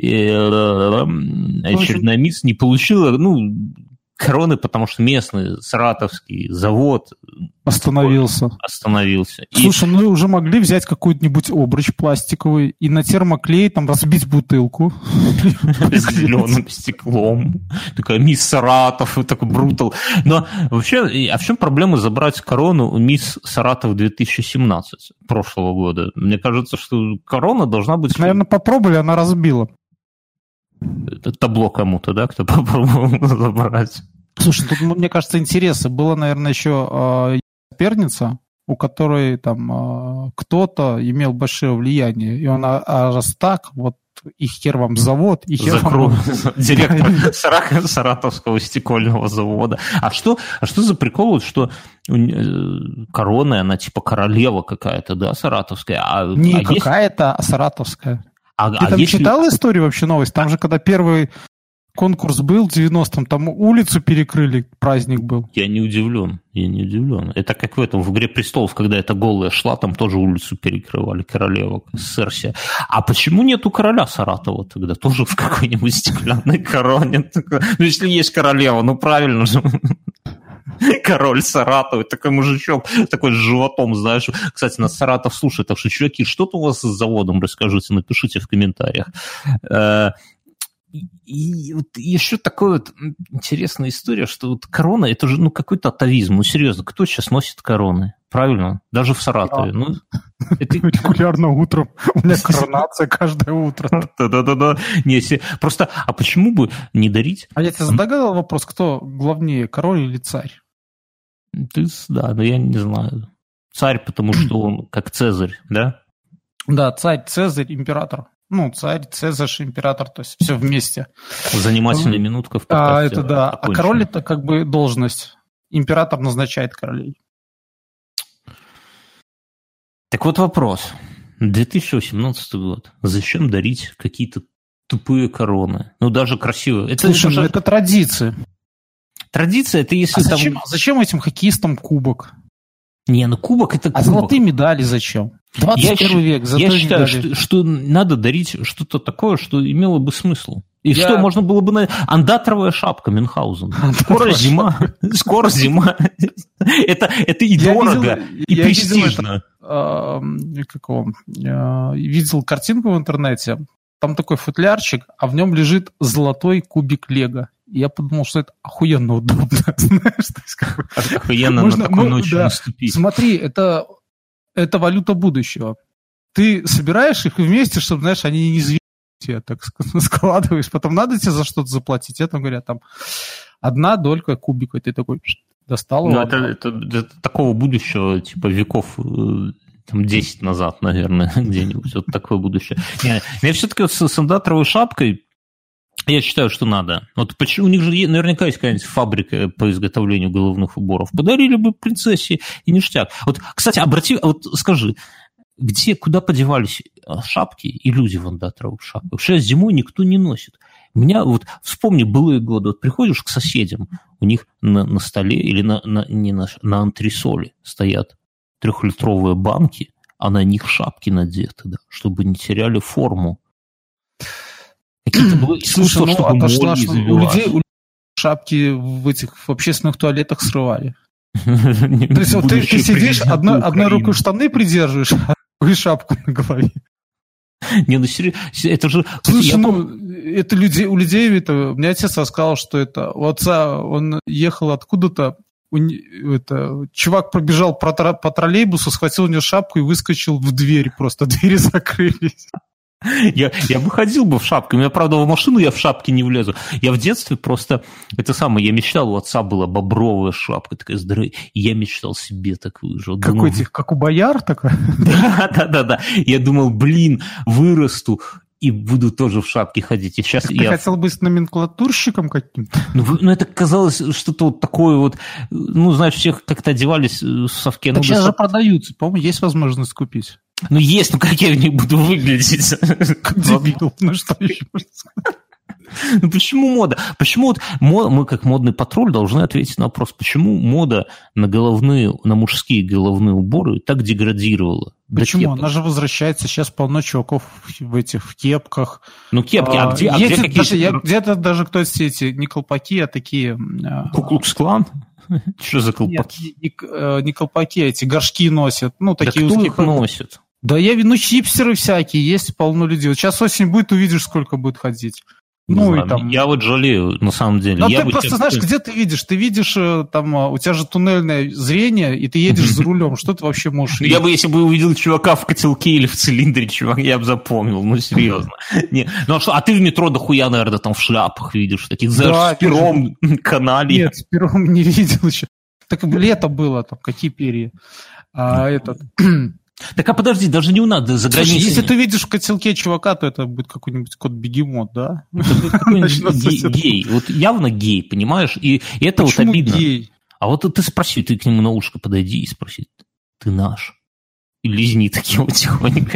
очередная мисс не получила, ну, короны, потому что местный саратовский завод остановился. Остановился. Слушай, и... ну уже могли взять какой-нибудь обруч пластиковый и на термоклей там разбить бутылку. С зеленым стеклом. Такая мисс Саратов, такой брутал. Но вообще, а в чем проблема забрать корону у мисс Саратов две тысячи семнадцатого прошлого года? Мне кажется, что корона должна быть... Наверное, попробовали, она разбила. Это табло кому-то, да, кто попробовал забрать. Слушай, тут, мне кажется, интересно. Была, наверное, еще э, соперница, у которой там э, кто-то имел большое влияние. И он, а, а раз так, вот и хер вам завод, и хер вам... Директор Саратовского стекольного завода. А что, а что за прикол, что корона, она типа королева какая-то, да, саратовская? А, Не а какая-то, есть... а саратовская. А, Ты а там если... читал историю вообще, новость? Там же, когда первый конкурс был в девяностом, там улицу перекрыли, праздник был. Я не удивлен, я не удивлен. Это как в этом, в «Игре престолов», когда эта голая шла, там тоже улицу перекрывали, королева, Серсия. А почему нету короля Саратова тогда? Тоже в какой-нибудь стеклянной короне? Ну, если есть королева, ну, правильно же. Король Саратова, такой мужичок, такой с животом, знаешь. Кстати, нас Саратов слушает, так что, чуваки, что-то у вас с заводом, расскажите, напишите в комментариях. И вот еще такая вот интересная история, что вот корона, это же ну какой-то атовизм. Ну, серьезно, кто сейчас носит короны? Правильно? Даже в Саратове. А. Ну, это... Регулярно утром. У меня коронация каждое утро. Да-да-да. Просто, а почему бы не дарить? А я тебе задал вопрос, кто главнее, король или царь? Ты, да, но я не знаю. Царь, потому что он как Цезарь, да? Да, царь, Цезарь, император. Ну, царь, Цезарь, император, то есть все вместе. Занимательная минутка в подкасте. А, это да. Окончена. А король – это как бы должность. Император назначает королей. Так вот вопрос. две тысячи восемнадцатый год. Зачем дарить какие-то тупые короны? Ну, даже красивые. Это, Слушай, это, ну, это традиция. Традиция – это если а там... Зачем, зачем этим хоккеистам кубок? Не, ну кубок – это кубок. А золотые медали зачем? двадцать первый я, век. Я считаю, что, что надо дарить что-то такое, что имело бы смысл. И я... что можно было бы... На... Андатровая шапка Мюнхгаузен. Скоро зима. Скоро зима. Это и дорого, и престижно. Какого? Видел картинку в интернете. Там такой футлярчик, а в нем лежит золотой кубик Лего. Я подумал, что это охуенно удобно. Знаешь, охуенно на такую ночь наступить. Смотри, это... Это валюта будущего. Ты собираешь их вместе, чтобы, знаешь, они не известны, так складываешь. Потом надо тебе за что-то заплатить. Это, говорят, там, одна долька кубика. И ты такой достал его. Ну, это, это, это такого будущего, типа, веков там, десять назад, наверное, где-нибудь. Вот такое будущее. Не, я все-таки вот с сандатровой шапкой я считаю, что надо. Вот почему у них же наверняка есть какая-нибудь фабрика по изготовлению головных уборов. Подарили бы принцессе и ништяк. Вот, кстати, обрати, вот скажи, где, куда подевались шапки и люди в андатровых шапках? Сейчас зимой никто не носит. У меня вот, вспомни былые годы, вот приходишь к соседям, у них на, на столе или на, на, не на, на антресоле стоят трехлитровые банки, а на них шапки надеты, да, чтобы не теряли форму. Какие-то было искусство, ну, чтобы а молли то, что у людей, у людей шапки в этих в общественных туалетах срывали. То есть вот ты сидишь, одной рукой штаны придерживаешь, а шапку на голове. Не, ну серьезно, это же... Слушай, ну, это людей, у людей, это, мне отец рассказал, что это у отца, он ехал откуда-то, это, чувак пробежал по, по троллейбусу, схватил у него шапку и выскочил в дверь просто, двери закрылись. Я, я бы ходил бы в шапке. У меня, правда, в машину я в шапке не влезу. Я в детстве просто... Это самое, я мечтал, у отца была бобровая шапка такая здоровая, и я мечтал себе такую же. Какой думал, как у бояр такой? Да, да, да, да. Я думал, блин, вырасту и буду тоже в шапке ходить. И сейчас ты я... хотел быть номенклатурщиком каким-то? Ну, ну, это казалось что-то вот такое вот... Ну, знаешь, всех как-то одевались в совке. Так ну, сейчас да, же продаются, по-моему, есть возможность купить. Ну, есть, ну как я в них буду выглядеть? Как дебил, ну что еще можно сказать? Ну почему мода? Почему вот мы, как модный патруль, должны ответить на вопрос, почему мода на головные, на мужские головные уборы так деградировала? Почему? Она же возвращается, сейчас полно чуваков в этих в кепках. Ну, кепки, а, а где, а где какие... даже, я, где-то даже кто-то эти, не колпаки, а такие... Ку-клукс-клан? Что за колпаки? Нет, не, не колпаки, а эти горшки носят. Ну, такие да узкие. Кто их носит? Да я виду, ну, хипстеры всякие, есть полно людей. Вот сейчас осень будет, увидишь, сколько будет ходить. Ну, и там... Я вот жалею, на самом деле. Но я ты просто тебе... знаешь, где ты видишь? Ты видишь, там, у тебя же туннельное зрение, и ты едешь за рулем. Что ты вообще можешь видеть? Я бы, если бы увидел чувака в котелке или в цилиндре, чувак, я бы запомнил. Ну, серьезно. Не. Ну, а что? А ты в метро дохуя, наверное, там в шляпах видишь. Таких, знаешь, да, с пером, канале. Нет, с пером не видел еще. Так лето было, там, какие перья. А этот... Так, а подожди, даже не надо за границей. Слушай, если ты видишь в котелке чувака, то это будет какой-нибудь кот-бегемот, да? Это будет какой-нибудь гей. Вот явно гей, понимаешь? И это вот обидно. Гей? А вот ты спроси, ты к нему на ушко подойди и спроси, ты наш? И лизни такие вот тихонько.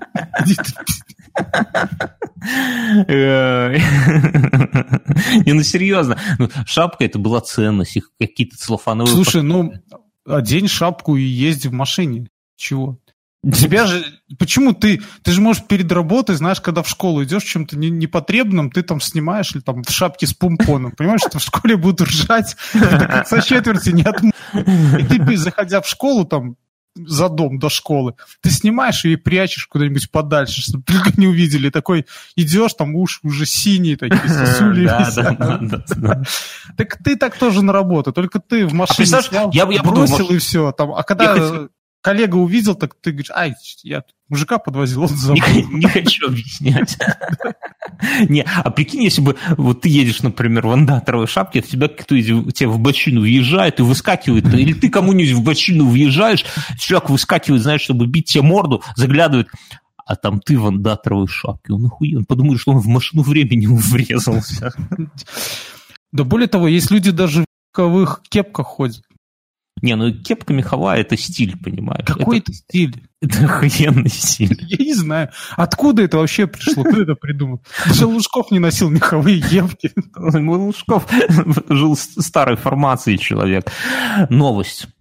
Не, ну серьезно. Шапка это была ценность, их какие-то целлофановые... Слушай, ну, одень шапку и езди в машине. Чего? Тебя же... Почему ты... Ты же можешь перед работой, знаешь, когда в школу идешь чем-то непотребным, ты там снимаешь или там в шапке с помпоном. Понимаешь, что в школе будут ржать до конца четверти не отмоют. И ты, заходя в школу, там, за дом до школы, ты снимаешь ее и прячешь куда-нибудь подальше, чтобы только не увидели. Такой идешь, там уши уже синие такие, сосули висят. Так ты так тоже на работу, только ты в машине снял, бросил и все. А когда... Коллега увидел, так ты говоришь, ай, я мужика подвозил, он забыл. Не, не хочу объяснять. Не, а прикинь, если бы вот ты едешь, например, в андаторовой шапке, в тебя кто-нибудь тебе в бочину въезжает и выскакивает, или ты кому-нибудь в бочину въезжаешь, человек выскакивает, знаешь, чтобы бить тебе морду, заглядывает, а там ты в андаторовой шапке, он охуен, подумает, что он в машину времени врезался. Да более того, есть люди даже в вековых кепках ходят. Не, ну кепка меховая – это стиль, понимаешь? Какой это стиль? Это охуенный стиль. Я не знаю. Откуда это вообще пришло? Кто это придумал? Даже Лужков не носил меховые кепки. Лужков жил старой формацией человек. Новость.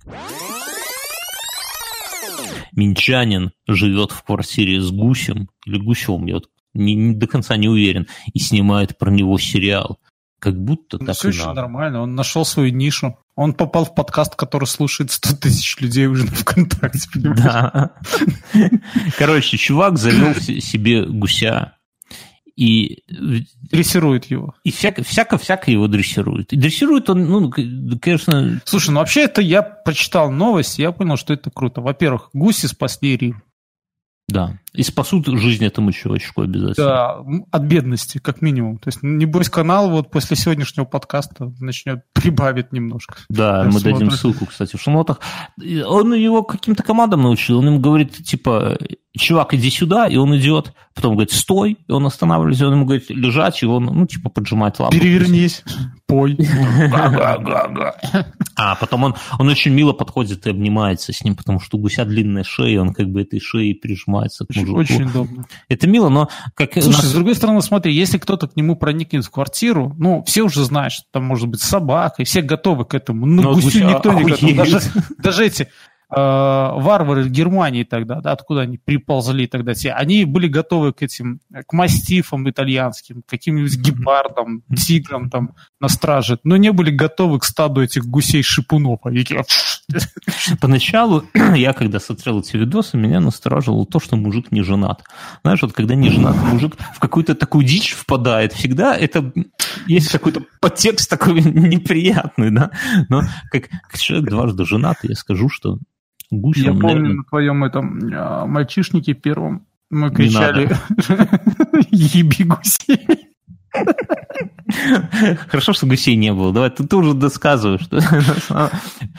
Минчанин живет в квартире с гусем, или гусем, я вот не, не, до конца не уверен, и снимает про него сериал. Как будто ну, так все и надо. Нормально, он нашел свою нишу. Он попал в подкаст, который слушает сто тысяч людей уже на ВКонтакте, понимаешь? Да. Короче, чувак завел себе гуся и... Дрессирует его. И всяко-всяко его дрессирует. И дрессирует он, ну, конечно... Слушай, ну вообще это я прочитал новость, и я понял, что это круто. Во-первых, гуси спасли Рим. Да, и спасут жизнь этому чувачку обязательно. Да, от бедности, как минимум. То есть, небось, канал вот после сегодняшнего подкаста начнет прибавить немножко. Да, мы смотрим. Дадим ссылку, кстати, в шмотах. Он его каким-то командам научил, он ему говорит, типа, чувак, иди сюда, и он идет, потом говорит, стой, и он останавливается, он ему говорит, лежать, и он, ну, типа, поджимает лапу. Перевернись, пой. А потом он, он очень мило подходит и обнимается с ним, потому что у гуся длинная шея, он как бы этой шеей прижимается к мужику. Очень удобно. Это мило, но... как Слушай, нас... с другой стороны, смотри, если кто-то к нему проникнет в квартиру, ну, все уже знают, что там может быть собака, и все готовы к этому. Ну, но гусю никто не готов. Даже, даже эти... варвары Германии тогда, да, откуда они приползли тогда все, они были готовы к этим, к мастифам итальянским, к каким-нибудь гепардам, тиграм там на страже, но не были готовы к стаду этих гусей-шипунов. Поначалу я, когда смотрел эти видосы, меня насторожило то, что мужик не женат. Знаешь, вот когда не женат мужик в какую-то такую дичь впадает, всегда это есть какой-то подтекст такой неприятный, да, но как, как человек дважды женатый, я скажу, что гусь, я он, помню, наверное... на твоем этом а, мальчишнике первом мы кричали «Еби гусей». Хорошо, что гусей не было. Давай, ты, ты уже досказываешь.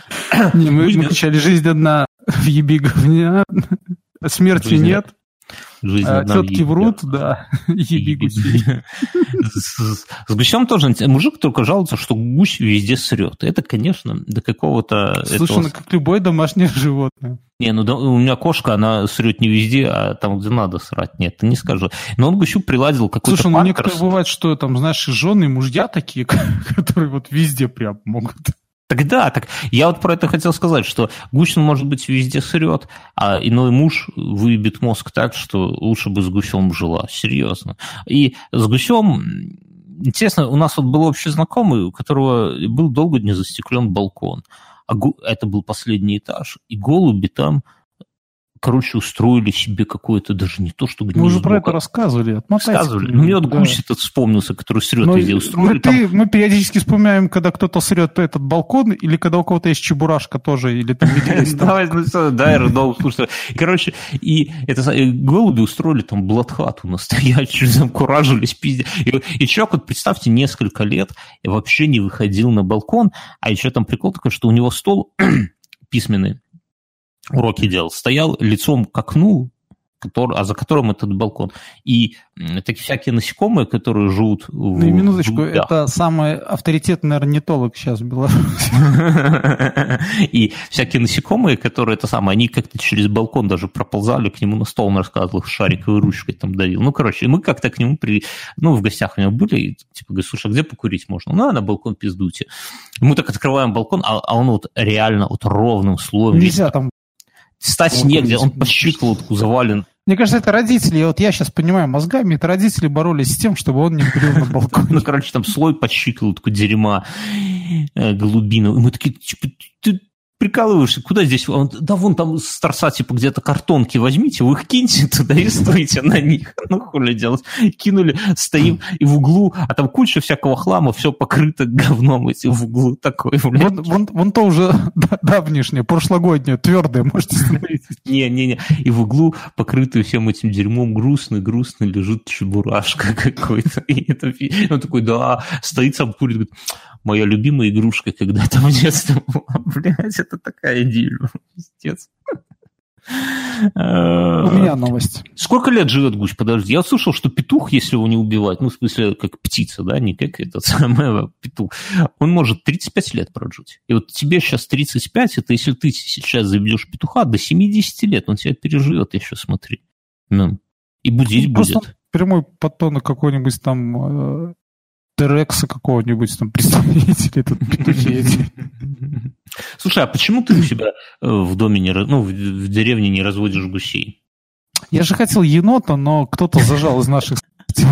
Не, мы, мы кричали «Жизнь одна, въеби говня, смерти нет». Жизнь а, одна тетки врут, да, еби гусей. С, с гусем тоже мужик только жалуется, что гусь везде срет. Это, конечно, до какого-то... Слушай, этого... ну как любое домашнее животное. Не, ну да, у меня кошка, она срет не везде, а там, где надо срать. Нет, ты не скажу. Но он гусю приладил какой-то Слушай, ну памперс. некоторые бывают, что там, знаешь, и жены, и мужья такие, которые вот везде прям могут... Так да, так я вот про это хотел сказать, что гусь, он, может быть, везде срет, а иной муж выебет мозг так, что лучше бы с гусем жила, серьезно. И с гусем, интересно, у нас вот был общий знакомый, у которого был долго не застеклен балкон, а гу... это был последний этаж, и голуби там... Короче, устроили себе какое-то, даже не то, что гнездо. Мы уже про это рассказывали. Отмотайте. Рассказывали. Ну, мне вот да. гусь этот вспомнился, который срет Но везде. Устроили мы, там... ты, мы периодически вспоминаем, когда кто-то срет этот балкон, или когда у кого-то есть чебурашка тоже, или там медведь. Давай, ну все, да, Эрдол, слушай. Короче, и голуби устроили там блатхату настоящую, там куражились, пиздец. И человек, вот представьте, несколько лет вообще не выходил на балкон, а еще там прикол такой, что у него стол письменный, уроки делал, стоял лицом к окну, который, а за которым этот балкон. И такие всякие насекомые, которые живут... Ну в, и минуточку, в, да. это самый авторитетный орнитолог сейчас в Беларуси. И всякие насекомые, которые это самое, они как-то через балкон даже проползали, к нему на стол он рассказывал, шариковой ручкой там давил. Ну, короче, мы как-то к нему при... Ну, в гостях у него были, и, типа, говорит, слушай, а где покурить можно? Ну, на балкон пиздуйте. Мы так открываем балкон, а, а он вот реально вот ровным слоем... Нельзя там... Стать негде, он по щиколотку завален. Мне кажется, это родители, вот я сейчас понимаю мозгами, это родители боролись с тем, чтобы он не курил на балконе. Ну, короче, там слой по щиколотку дерьма голубиного. И мы такие, типа, ты прикалываешься, куда здесь? Он, да вон там с торца, типа, где-то картонки возьмите, вы их киньте туда и стойте на них. Ну, хули делать. Кинули, стоим и в углу, а там куча всякого хлама, все покрыто говном, эти в углу такой, блядь. Вон, вон, вон то уже давнишнее, прошлогоднее, твердое, можете смотреть. Не-не-не, и в углу, покрытый всем этим дерьмом, грустный-грустный, лежит чебурашка какой-то. И это, он такой, да, стоит сам, курит, говорит, моя любимая игрушка когда-то в детстве была. Блядь, это такая идиллия. Пиздец. У меня новость. Сколько лет живет гусь? Подожди, я слышал, что петух, если его не убивать, ну, в смысле, как птица, да, не как этот самый петух, он может тридцать пять лет прожить. И вот тебе сейчас тридцать пять, это если ты сейчас заведешь петуха, до семьдесят лет он тебя переживет, еще смотри. Ну, и будить ну, будет. Просто прямой подтон какой-нибудь там... Терекса какого-нибудь там представителя, тут петухи эти. Слушай, а почему ты у себя в доме, не, ну, в, в деревне не разводишь гусей? Я же хотел енота, но кто-то зажал из наших...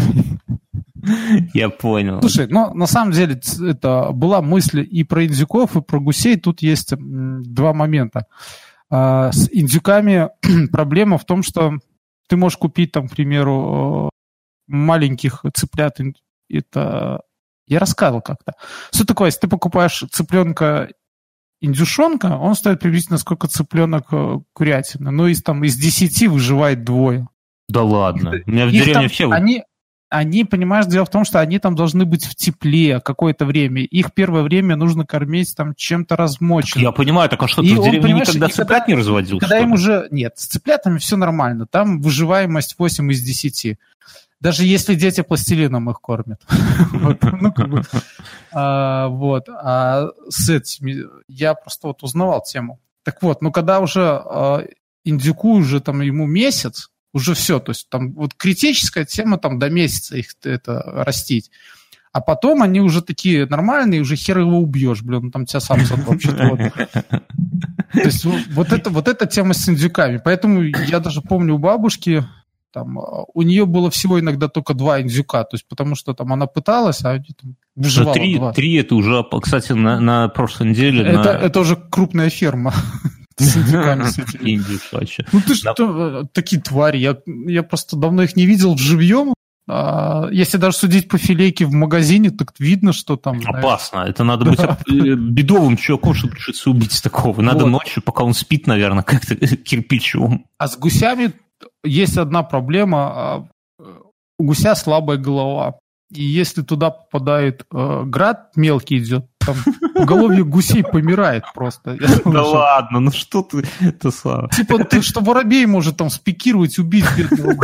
Я понял. Слушай, ну, на самом деле, это была мысль и про индюков, и про гусей. Тут есть два момента. С индюками проблема в том, что ты можешь купить, там, к примеру, маленьких цыплят. Это я рассказывал как-то. Что такое, если ты покупаешь цыпленка индюшонка, он стоит приблизительно сколько цыпленок курятины. Ну, из, там, из десяти выживает двое. Да ладно. У меня в Их деревне там, все... Они, они, понимаешь, дело в том, что они там должны быть в тепле какое-то время. Их первое время нужно кормить там чем-то размоченным. Я понимаю, так а что, ты в деревне никогда цыплят когда, не разводил? Когда им уже... Нет, с цыплятами все нормально. Там выживаемость восемь из десяти. Даже если дети пластилином их кормят. Вот, ну, как бы, а, вот. А с этими я просто вот узнавал тему. Так вот, ну когда уже а, индюку уже там ему месяц, уже все, то есть там вот критическая тема там до месяца их это растить. А потом они уже такие нормальные, уже хер его убьешь, блин, ну там тебя сам затопчет. Вот. То есть вот, это, вот эта тема с индюками. Поэтому я даже помню у бабушки, там, у нее было всего иногда только два индюка, то есть потому что там она пыталась, а они там выживала три, два. Три это уже, кстати, на, на прошлой неделе... Это, на... это уже крупная ферма с индюками. Ну ты что, такие твари, я, я просто давно их не видел вживьем. А если даже судить по филейке в магазине, так видно, что там... Опасно. Знаешь, это надо да. быть бедовым чуваком, чтобы решиться убить такого. Надо вот. Ночью, пока он спит, наверное, как-то кирпичом. А с гусями есть одна проблема. У гуся слабая голова. И если туда попадает э, град, мелкий идет, там поголовье гусей помирает просто. Да ладно, ну что ты, это Слава. Типа, ты, что воробей может там спикировать, убить бедного.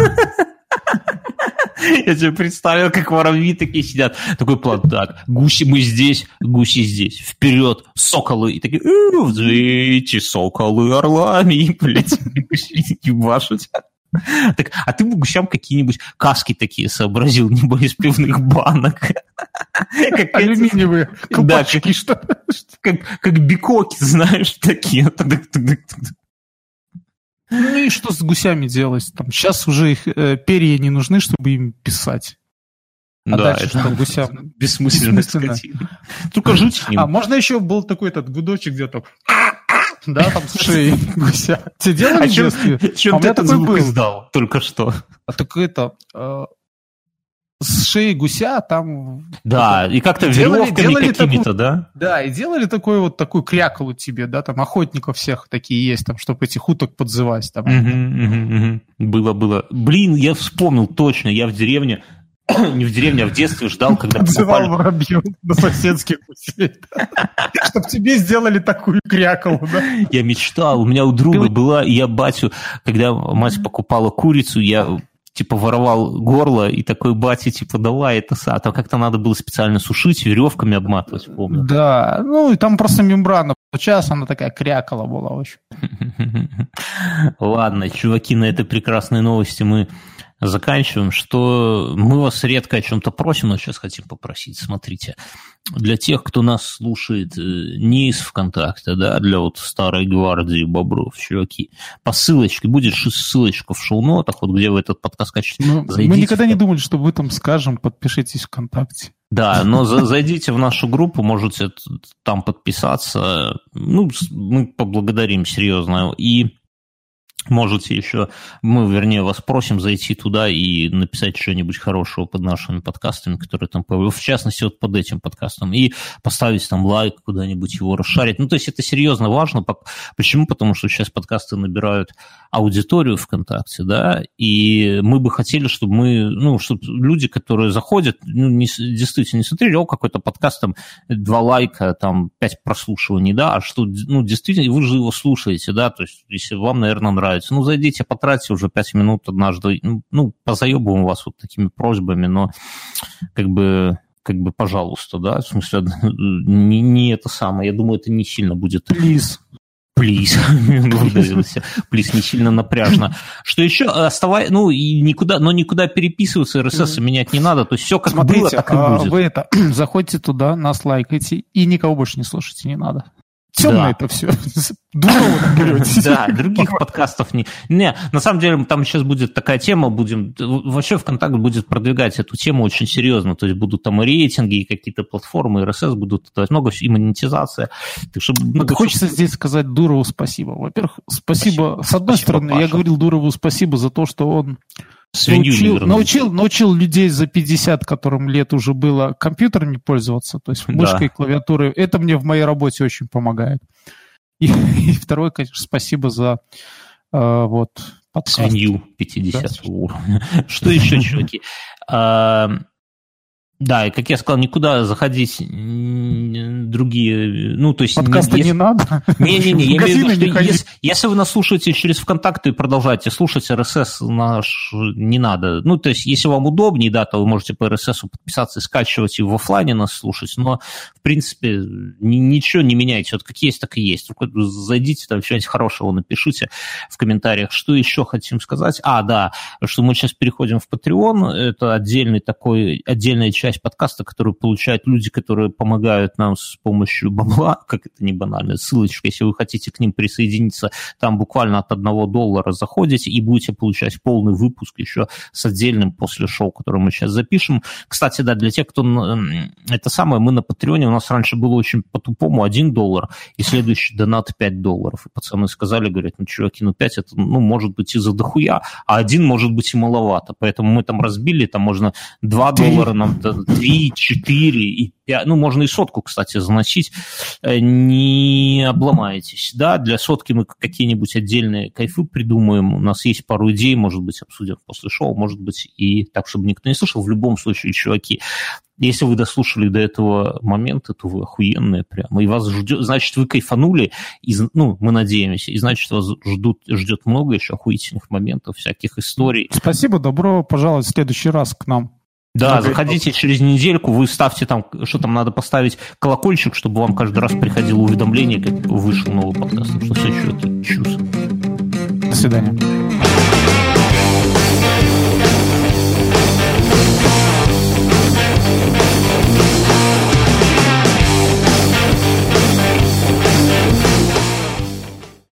Я тебе представил, как воробьи такие сидят. Такой план, так, гуси мы здесь, гуси здесь. Вперед, соколы. И такие, взвейте, соколы орлами. И, блядь, гуси ебашут. Так, а ты бы гусям какие-нибудь каски такие сообразил, небо из пивных банок. Алюминиевые колпачки, что? Как бикоки, знаешь, такие. Ну и что с гусями делать? Там, сейчас уже их э, перья не нужны, чтобы им писать. А да, дальше это что, гусям? Бессмысленно. Только жить с ним. А можно еще был такой этот гудочек где-то, да, там с шеей гуся. Тебе делали в детстве? Чем ты этот звук издал только что? А так это... с шеи гуся там... Да, это, и как-то веревками какими-то, такую, да? Да, и делали такой вот такой кряколу тебе, да, там охотников всех такие есть, там, чтобы этих уток подзывать. Там. Угу, угу, угу. Было, было. Блин, я вспомнил точно, я в деревне, не в деревне, а в детстве ждал, когда подзывал покупали... воробьев на соседских гусей, чтобы тебе сделали такую кряколу, да? Я мечтал, у меня у друга была, я батю, когда мать покупала курицу, я... типа воровал горло, и такой батя, типа, давай это са. А там как-то надо было специально сушить, веревками обматывать, помню. Да, ну и там просто мембрана. Сейчас она такая крякала была очень. Ладно, чуваки, на этой прекрасной новости мы заканчиваем, что мы вас редко о чем-то просим, но сейчас хотим попросить. Смотрите, для тех, кто нас слушает не из ВКонтакте, да, для вот старой гвардии бобров, чуваки, по ссылочке, будет ссылочка в шоу-нотах, вот где вы этот подкаст скачете. Мы никогда в... не думали, что вы там скажем, подпишитесь ВКонтакте. Да, но зайдите в нашу группу, можете там подписаться. Ну, мы поблагодарим серьезно. И можете еще, мы, вернее, вас просим зайти туда и написать что-нибудь хорошего под нашими подкастами, которые там появились, в частности, вот под этим подкастом, и поставить там лайк, куда-нибудь его расшарить. Ну, то есть это серьезно важно. Почему? Потому что сейчас подкасты набирают аудиторию ВКонтакте, да, и мы бы хотели, чтобы мы, ну, чтобы люди, которые заходят, ну, не, действительно не смотрели, о, какой-то подкаст, там, два лайка, там, пять прослушиваний, да, а что, ну, действительно, вы же его слушаете, да, то есть, если вам, наверное, нравится, ну, зайдите, потратьте уже пять минут однажды. Ну, позаебываем вас вот такими просьбами, но как бы, как бы, пожалуйста, да, в смысле, не, не это самое. Я думаю, это не сильно будет... Плиз. Плиз. Плиз, не сильно напряжно. Что еще? Оставай, ну, и никуда, но никуда переписываться, эр эс эс менять не надо. То есть все как Смотрите, было, так и будет. Вы это, заходите туда, нас лайкайте, и никого больше не слушайте, не надо. Темно да. Это все. Дурово берете. Да, других подкастов не... Не, на самом деле там сейчас будет такая тема, будем... Вообще ВКонтакт будет продвигать эту тему очень серьезно, то есть будут там и рейтинги, и какие-то платформы, и эр эс эс будут, то есть много, и монетизация. Так что, ну, так хочется что... здесь сказать Дурову спасибо. Во-первых, спасибо. спасибо. С одной спасибо, стороны, Паша. Я говорил Дурову спасибо за то, что он научил, научил, научил людей за пятьдесят, которым лет уже было, компьютерами пользоваться, то есть мышкой, да. Клавиатурой. Это мне в моей работе очень помогает. И, и второе, конечно, спасибо за э, вот подкаст. Свинью пятидесятого да. уровня. Что еще, чуваки? Да, и, как я сказал, никуда заходить другие... Ну, то есть... Подкасты не, не надо? Не-не-не, я имею в виду, что если, если вы нас слушаете через ВКонтакте и продолжаете слушать, эр эс эс наш не надо. Ну, то есть, если вам удобнее, да, то вы можете по эр эс эс подписаться и скачивать, и в офлайне нас слушать, но, в принципе, ни, ничего не меняйте. Вот как есть, так и есть. Только зайдите, там что-нибудь хорошего напишите в комментариях. Что еще хотим сказать? А, да, что мы сейчас переходим в Patreon. Это отдельный такой, отдельная часть подкаста, которые получают люди, которые помогают нам с помощью бабла, как это не банально, ссылочка, если вы хотите к ним присоединиться, там буквально от одного доллара заходите и будете получать полный выпуск еще с отдельным после шоу, который мы сейчас запишем. Кстати, да, для тех, кто... Это самое, мы на Патреоне, у нас раньше было очень по-тупому один доллар, и следующий донат пять долларов. И пацаны сказали, говорят, ну, чуваки, ну, пять это, ну, может быть, из-за дохуя, а один может быть и маловато. Поэтому мы там разбили, там можно два доллара нам три, четыре и пять, ну, можно и сотку, кстати, заносить, не обломаетесь. Да, для сотки мы какие-нибудь отдельные кайфы придумаем, у нас есть пару идей, может быть, обсудим после шоу, может быть, и так, чтобы никто не слышал. В любом случае, чуваки, если вы дослушали до этого момента, то вы охуенные прямо, и вас ждет, значит, вы кайфанули, и, ну, мы надеемся, и значит, вас ждут, ждет много еще охуительных моментов, всяких историй. Спасибо, добро пожаловать в следующий раз к нам. Да, заходите через недельку, вы ставьте там, что там надо поставить, колокольчик, чтобы вам каждый раз приходило уведомление, как вышел новый подкаст, что все еще это чувство. До свидания.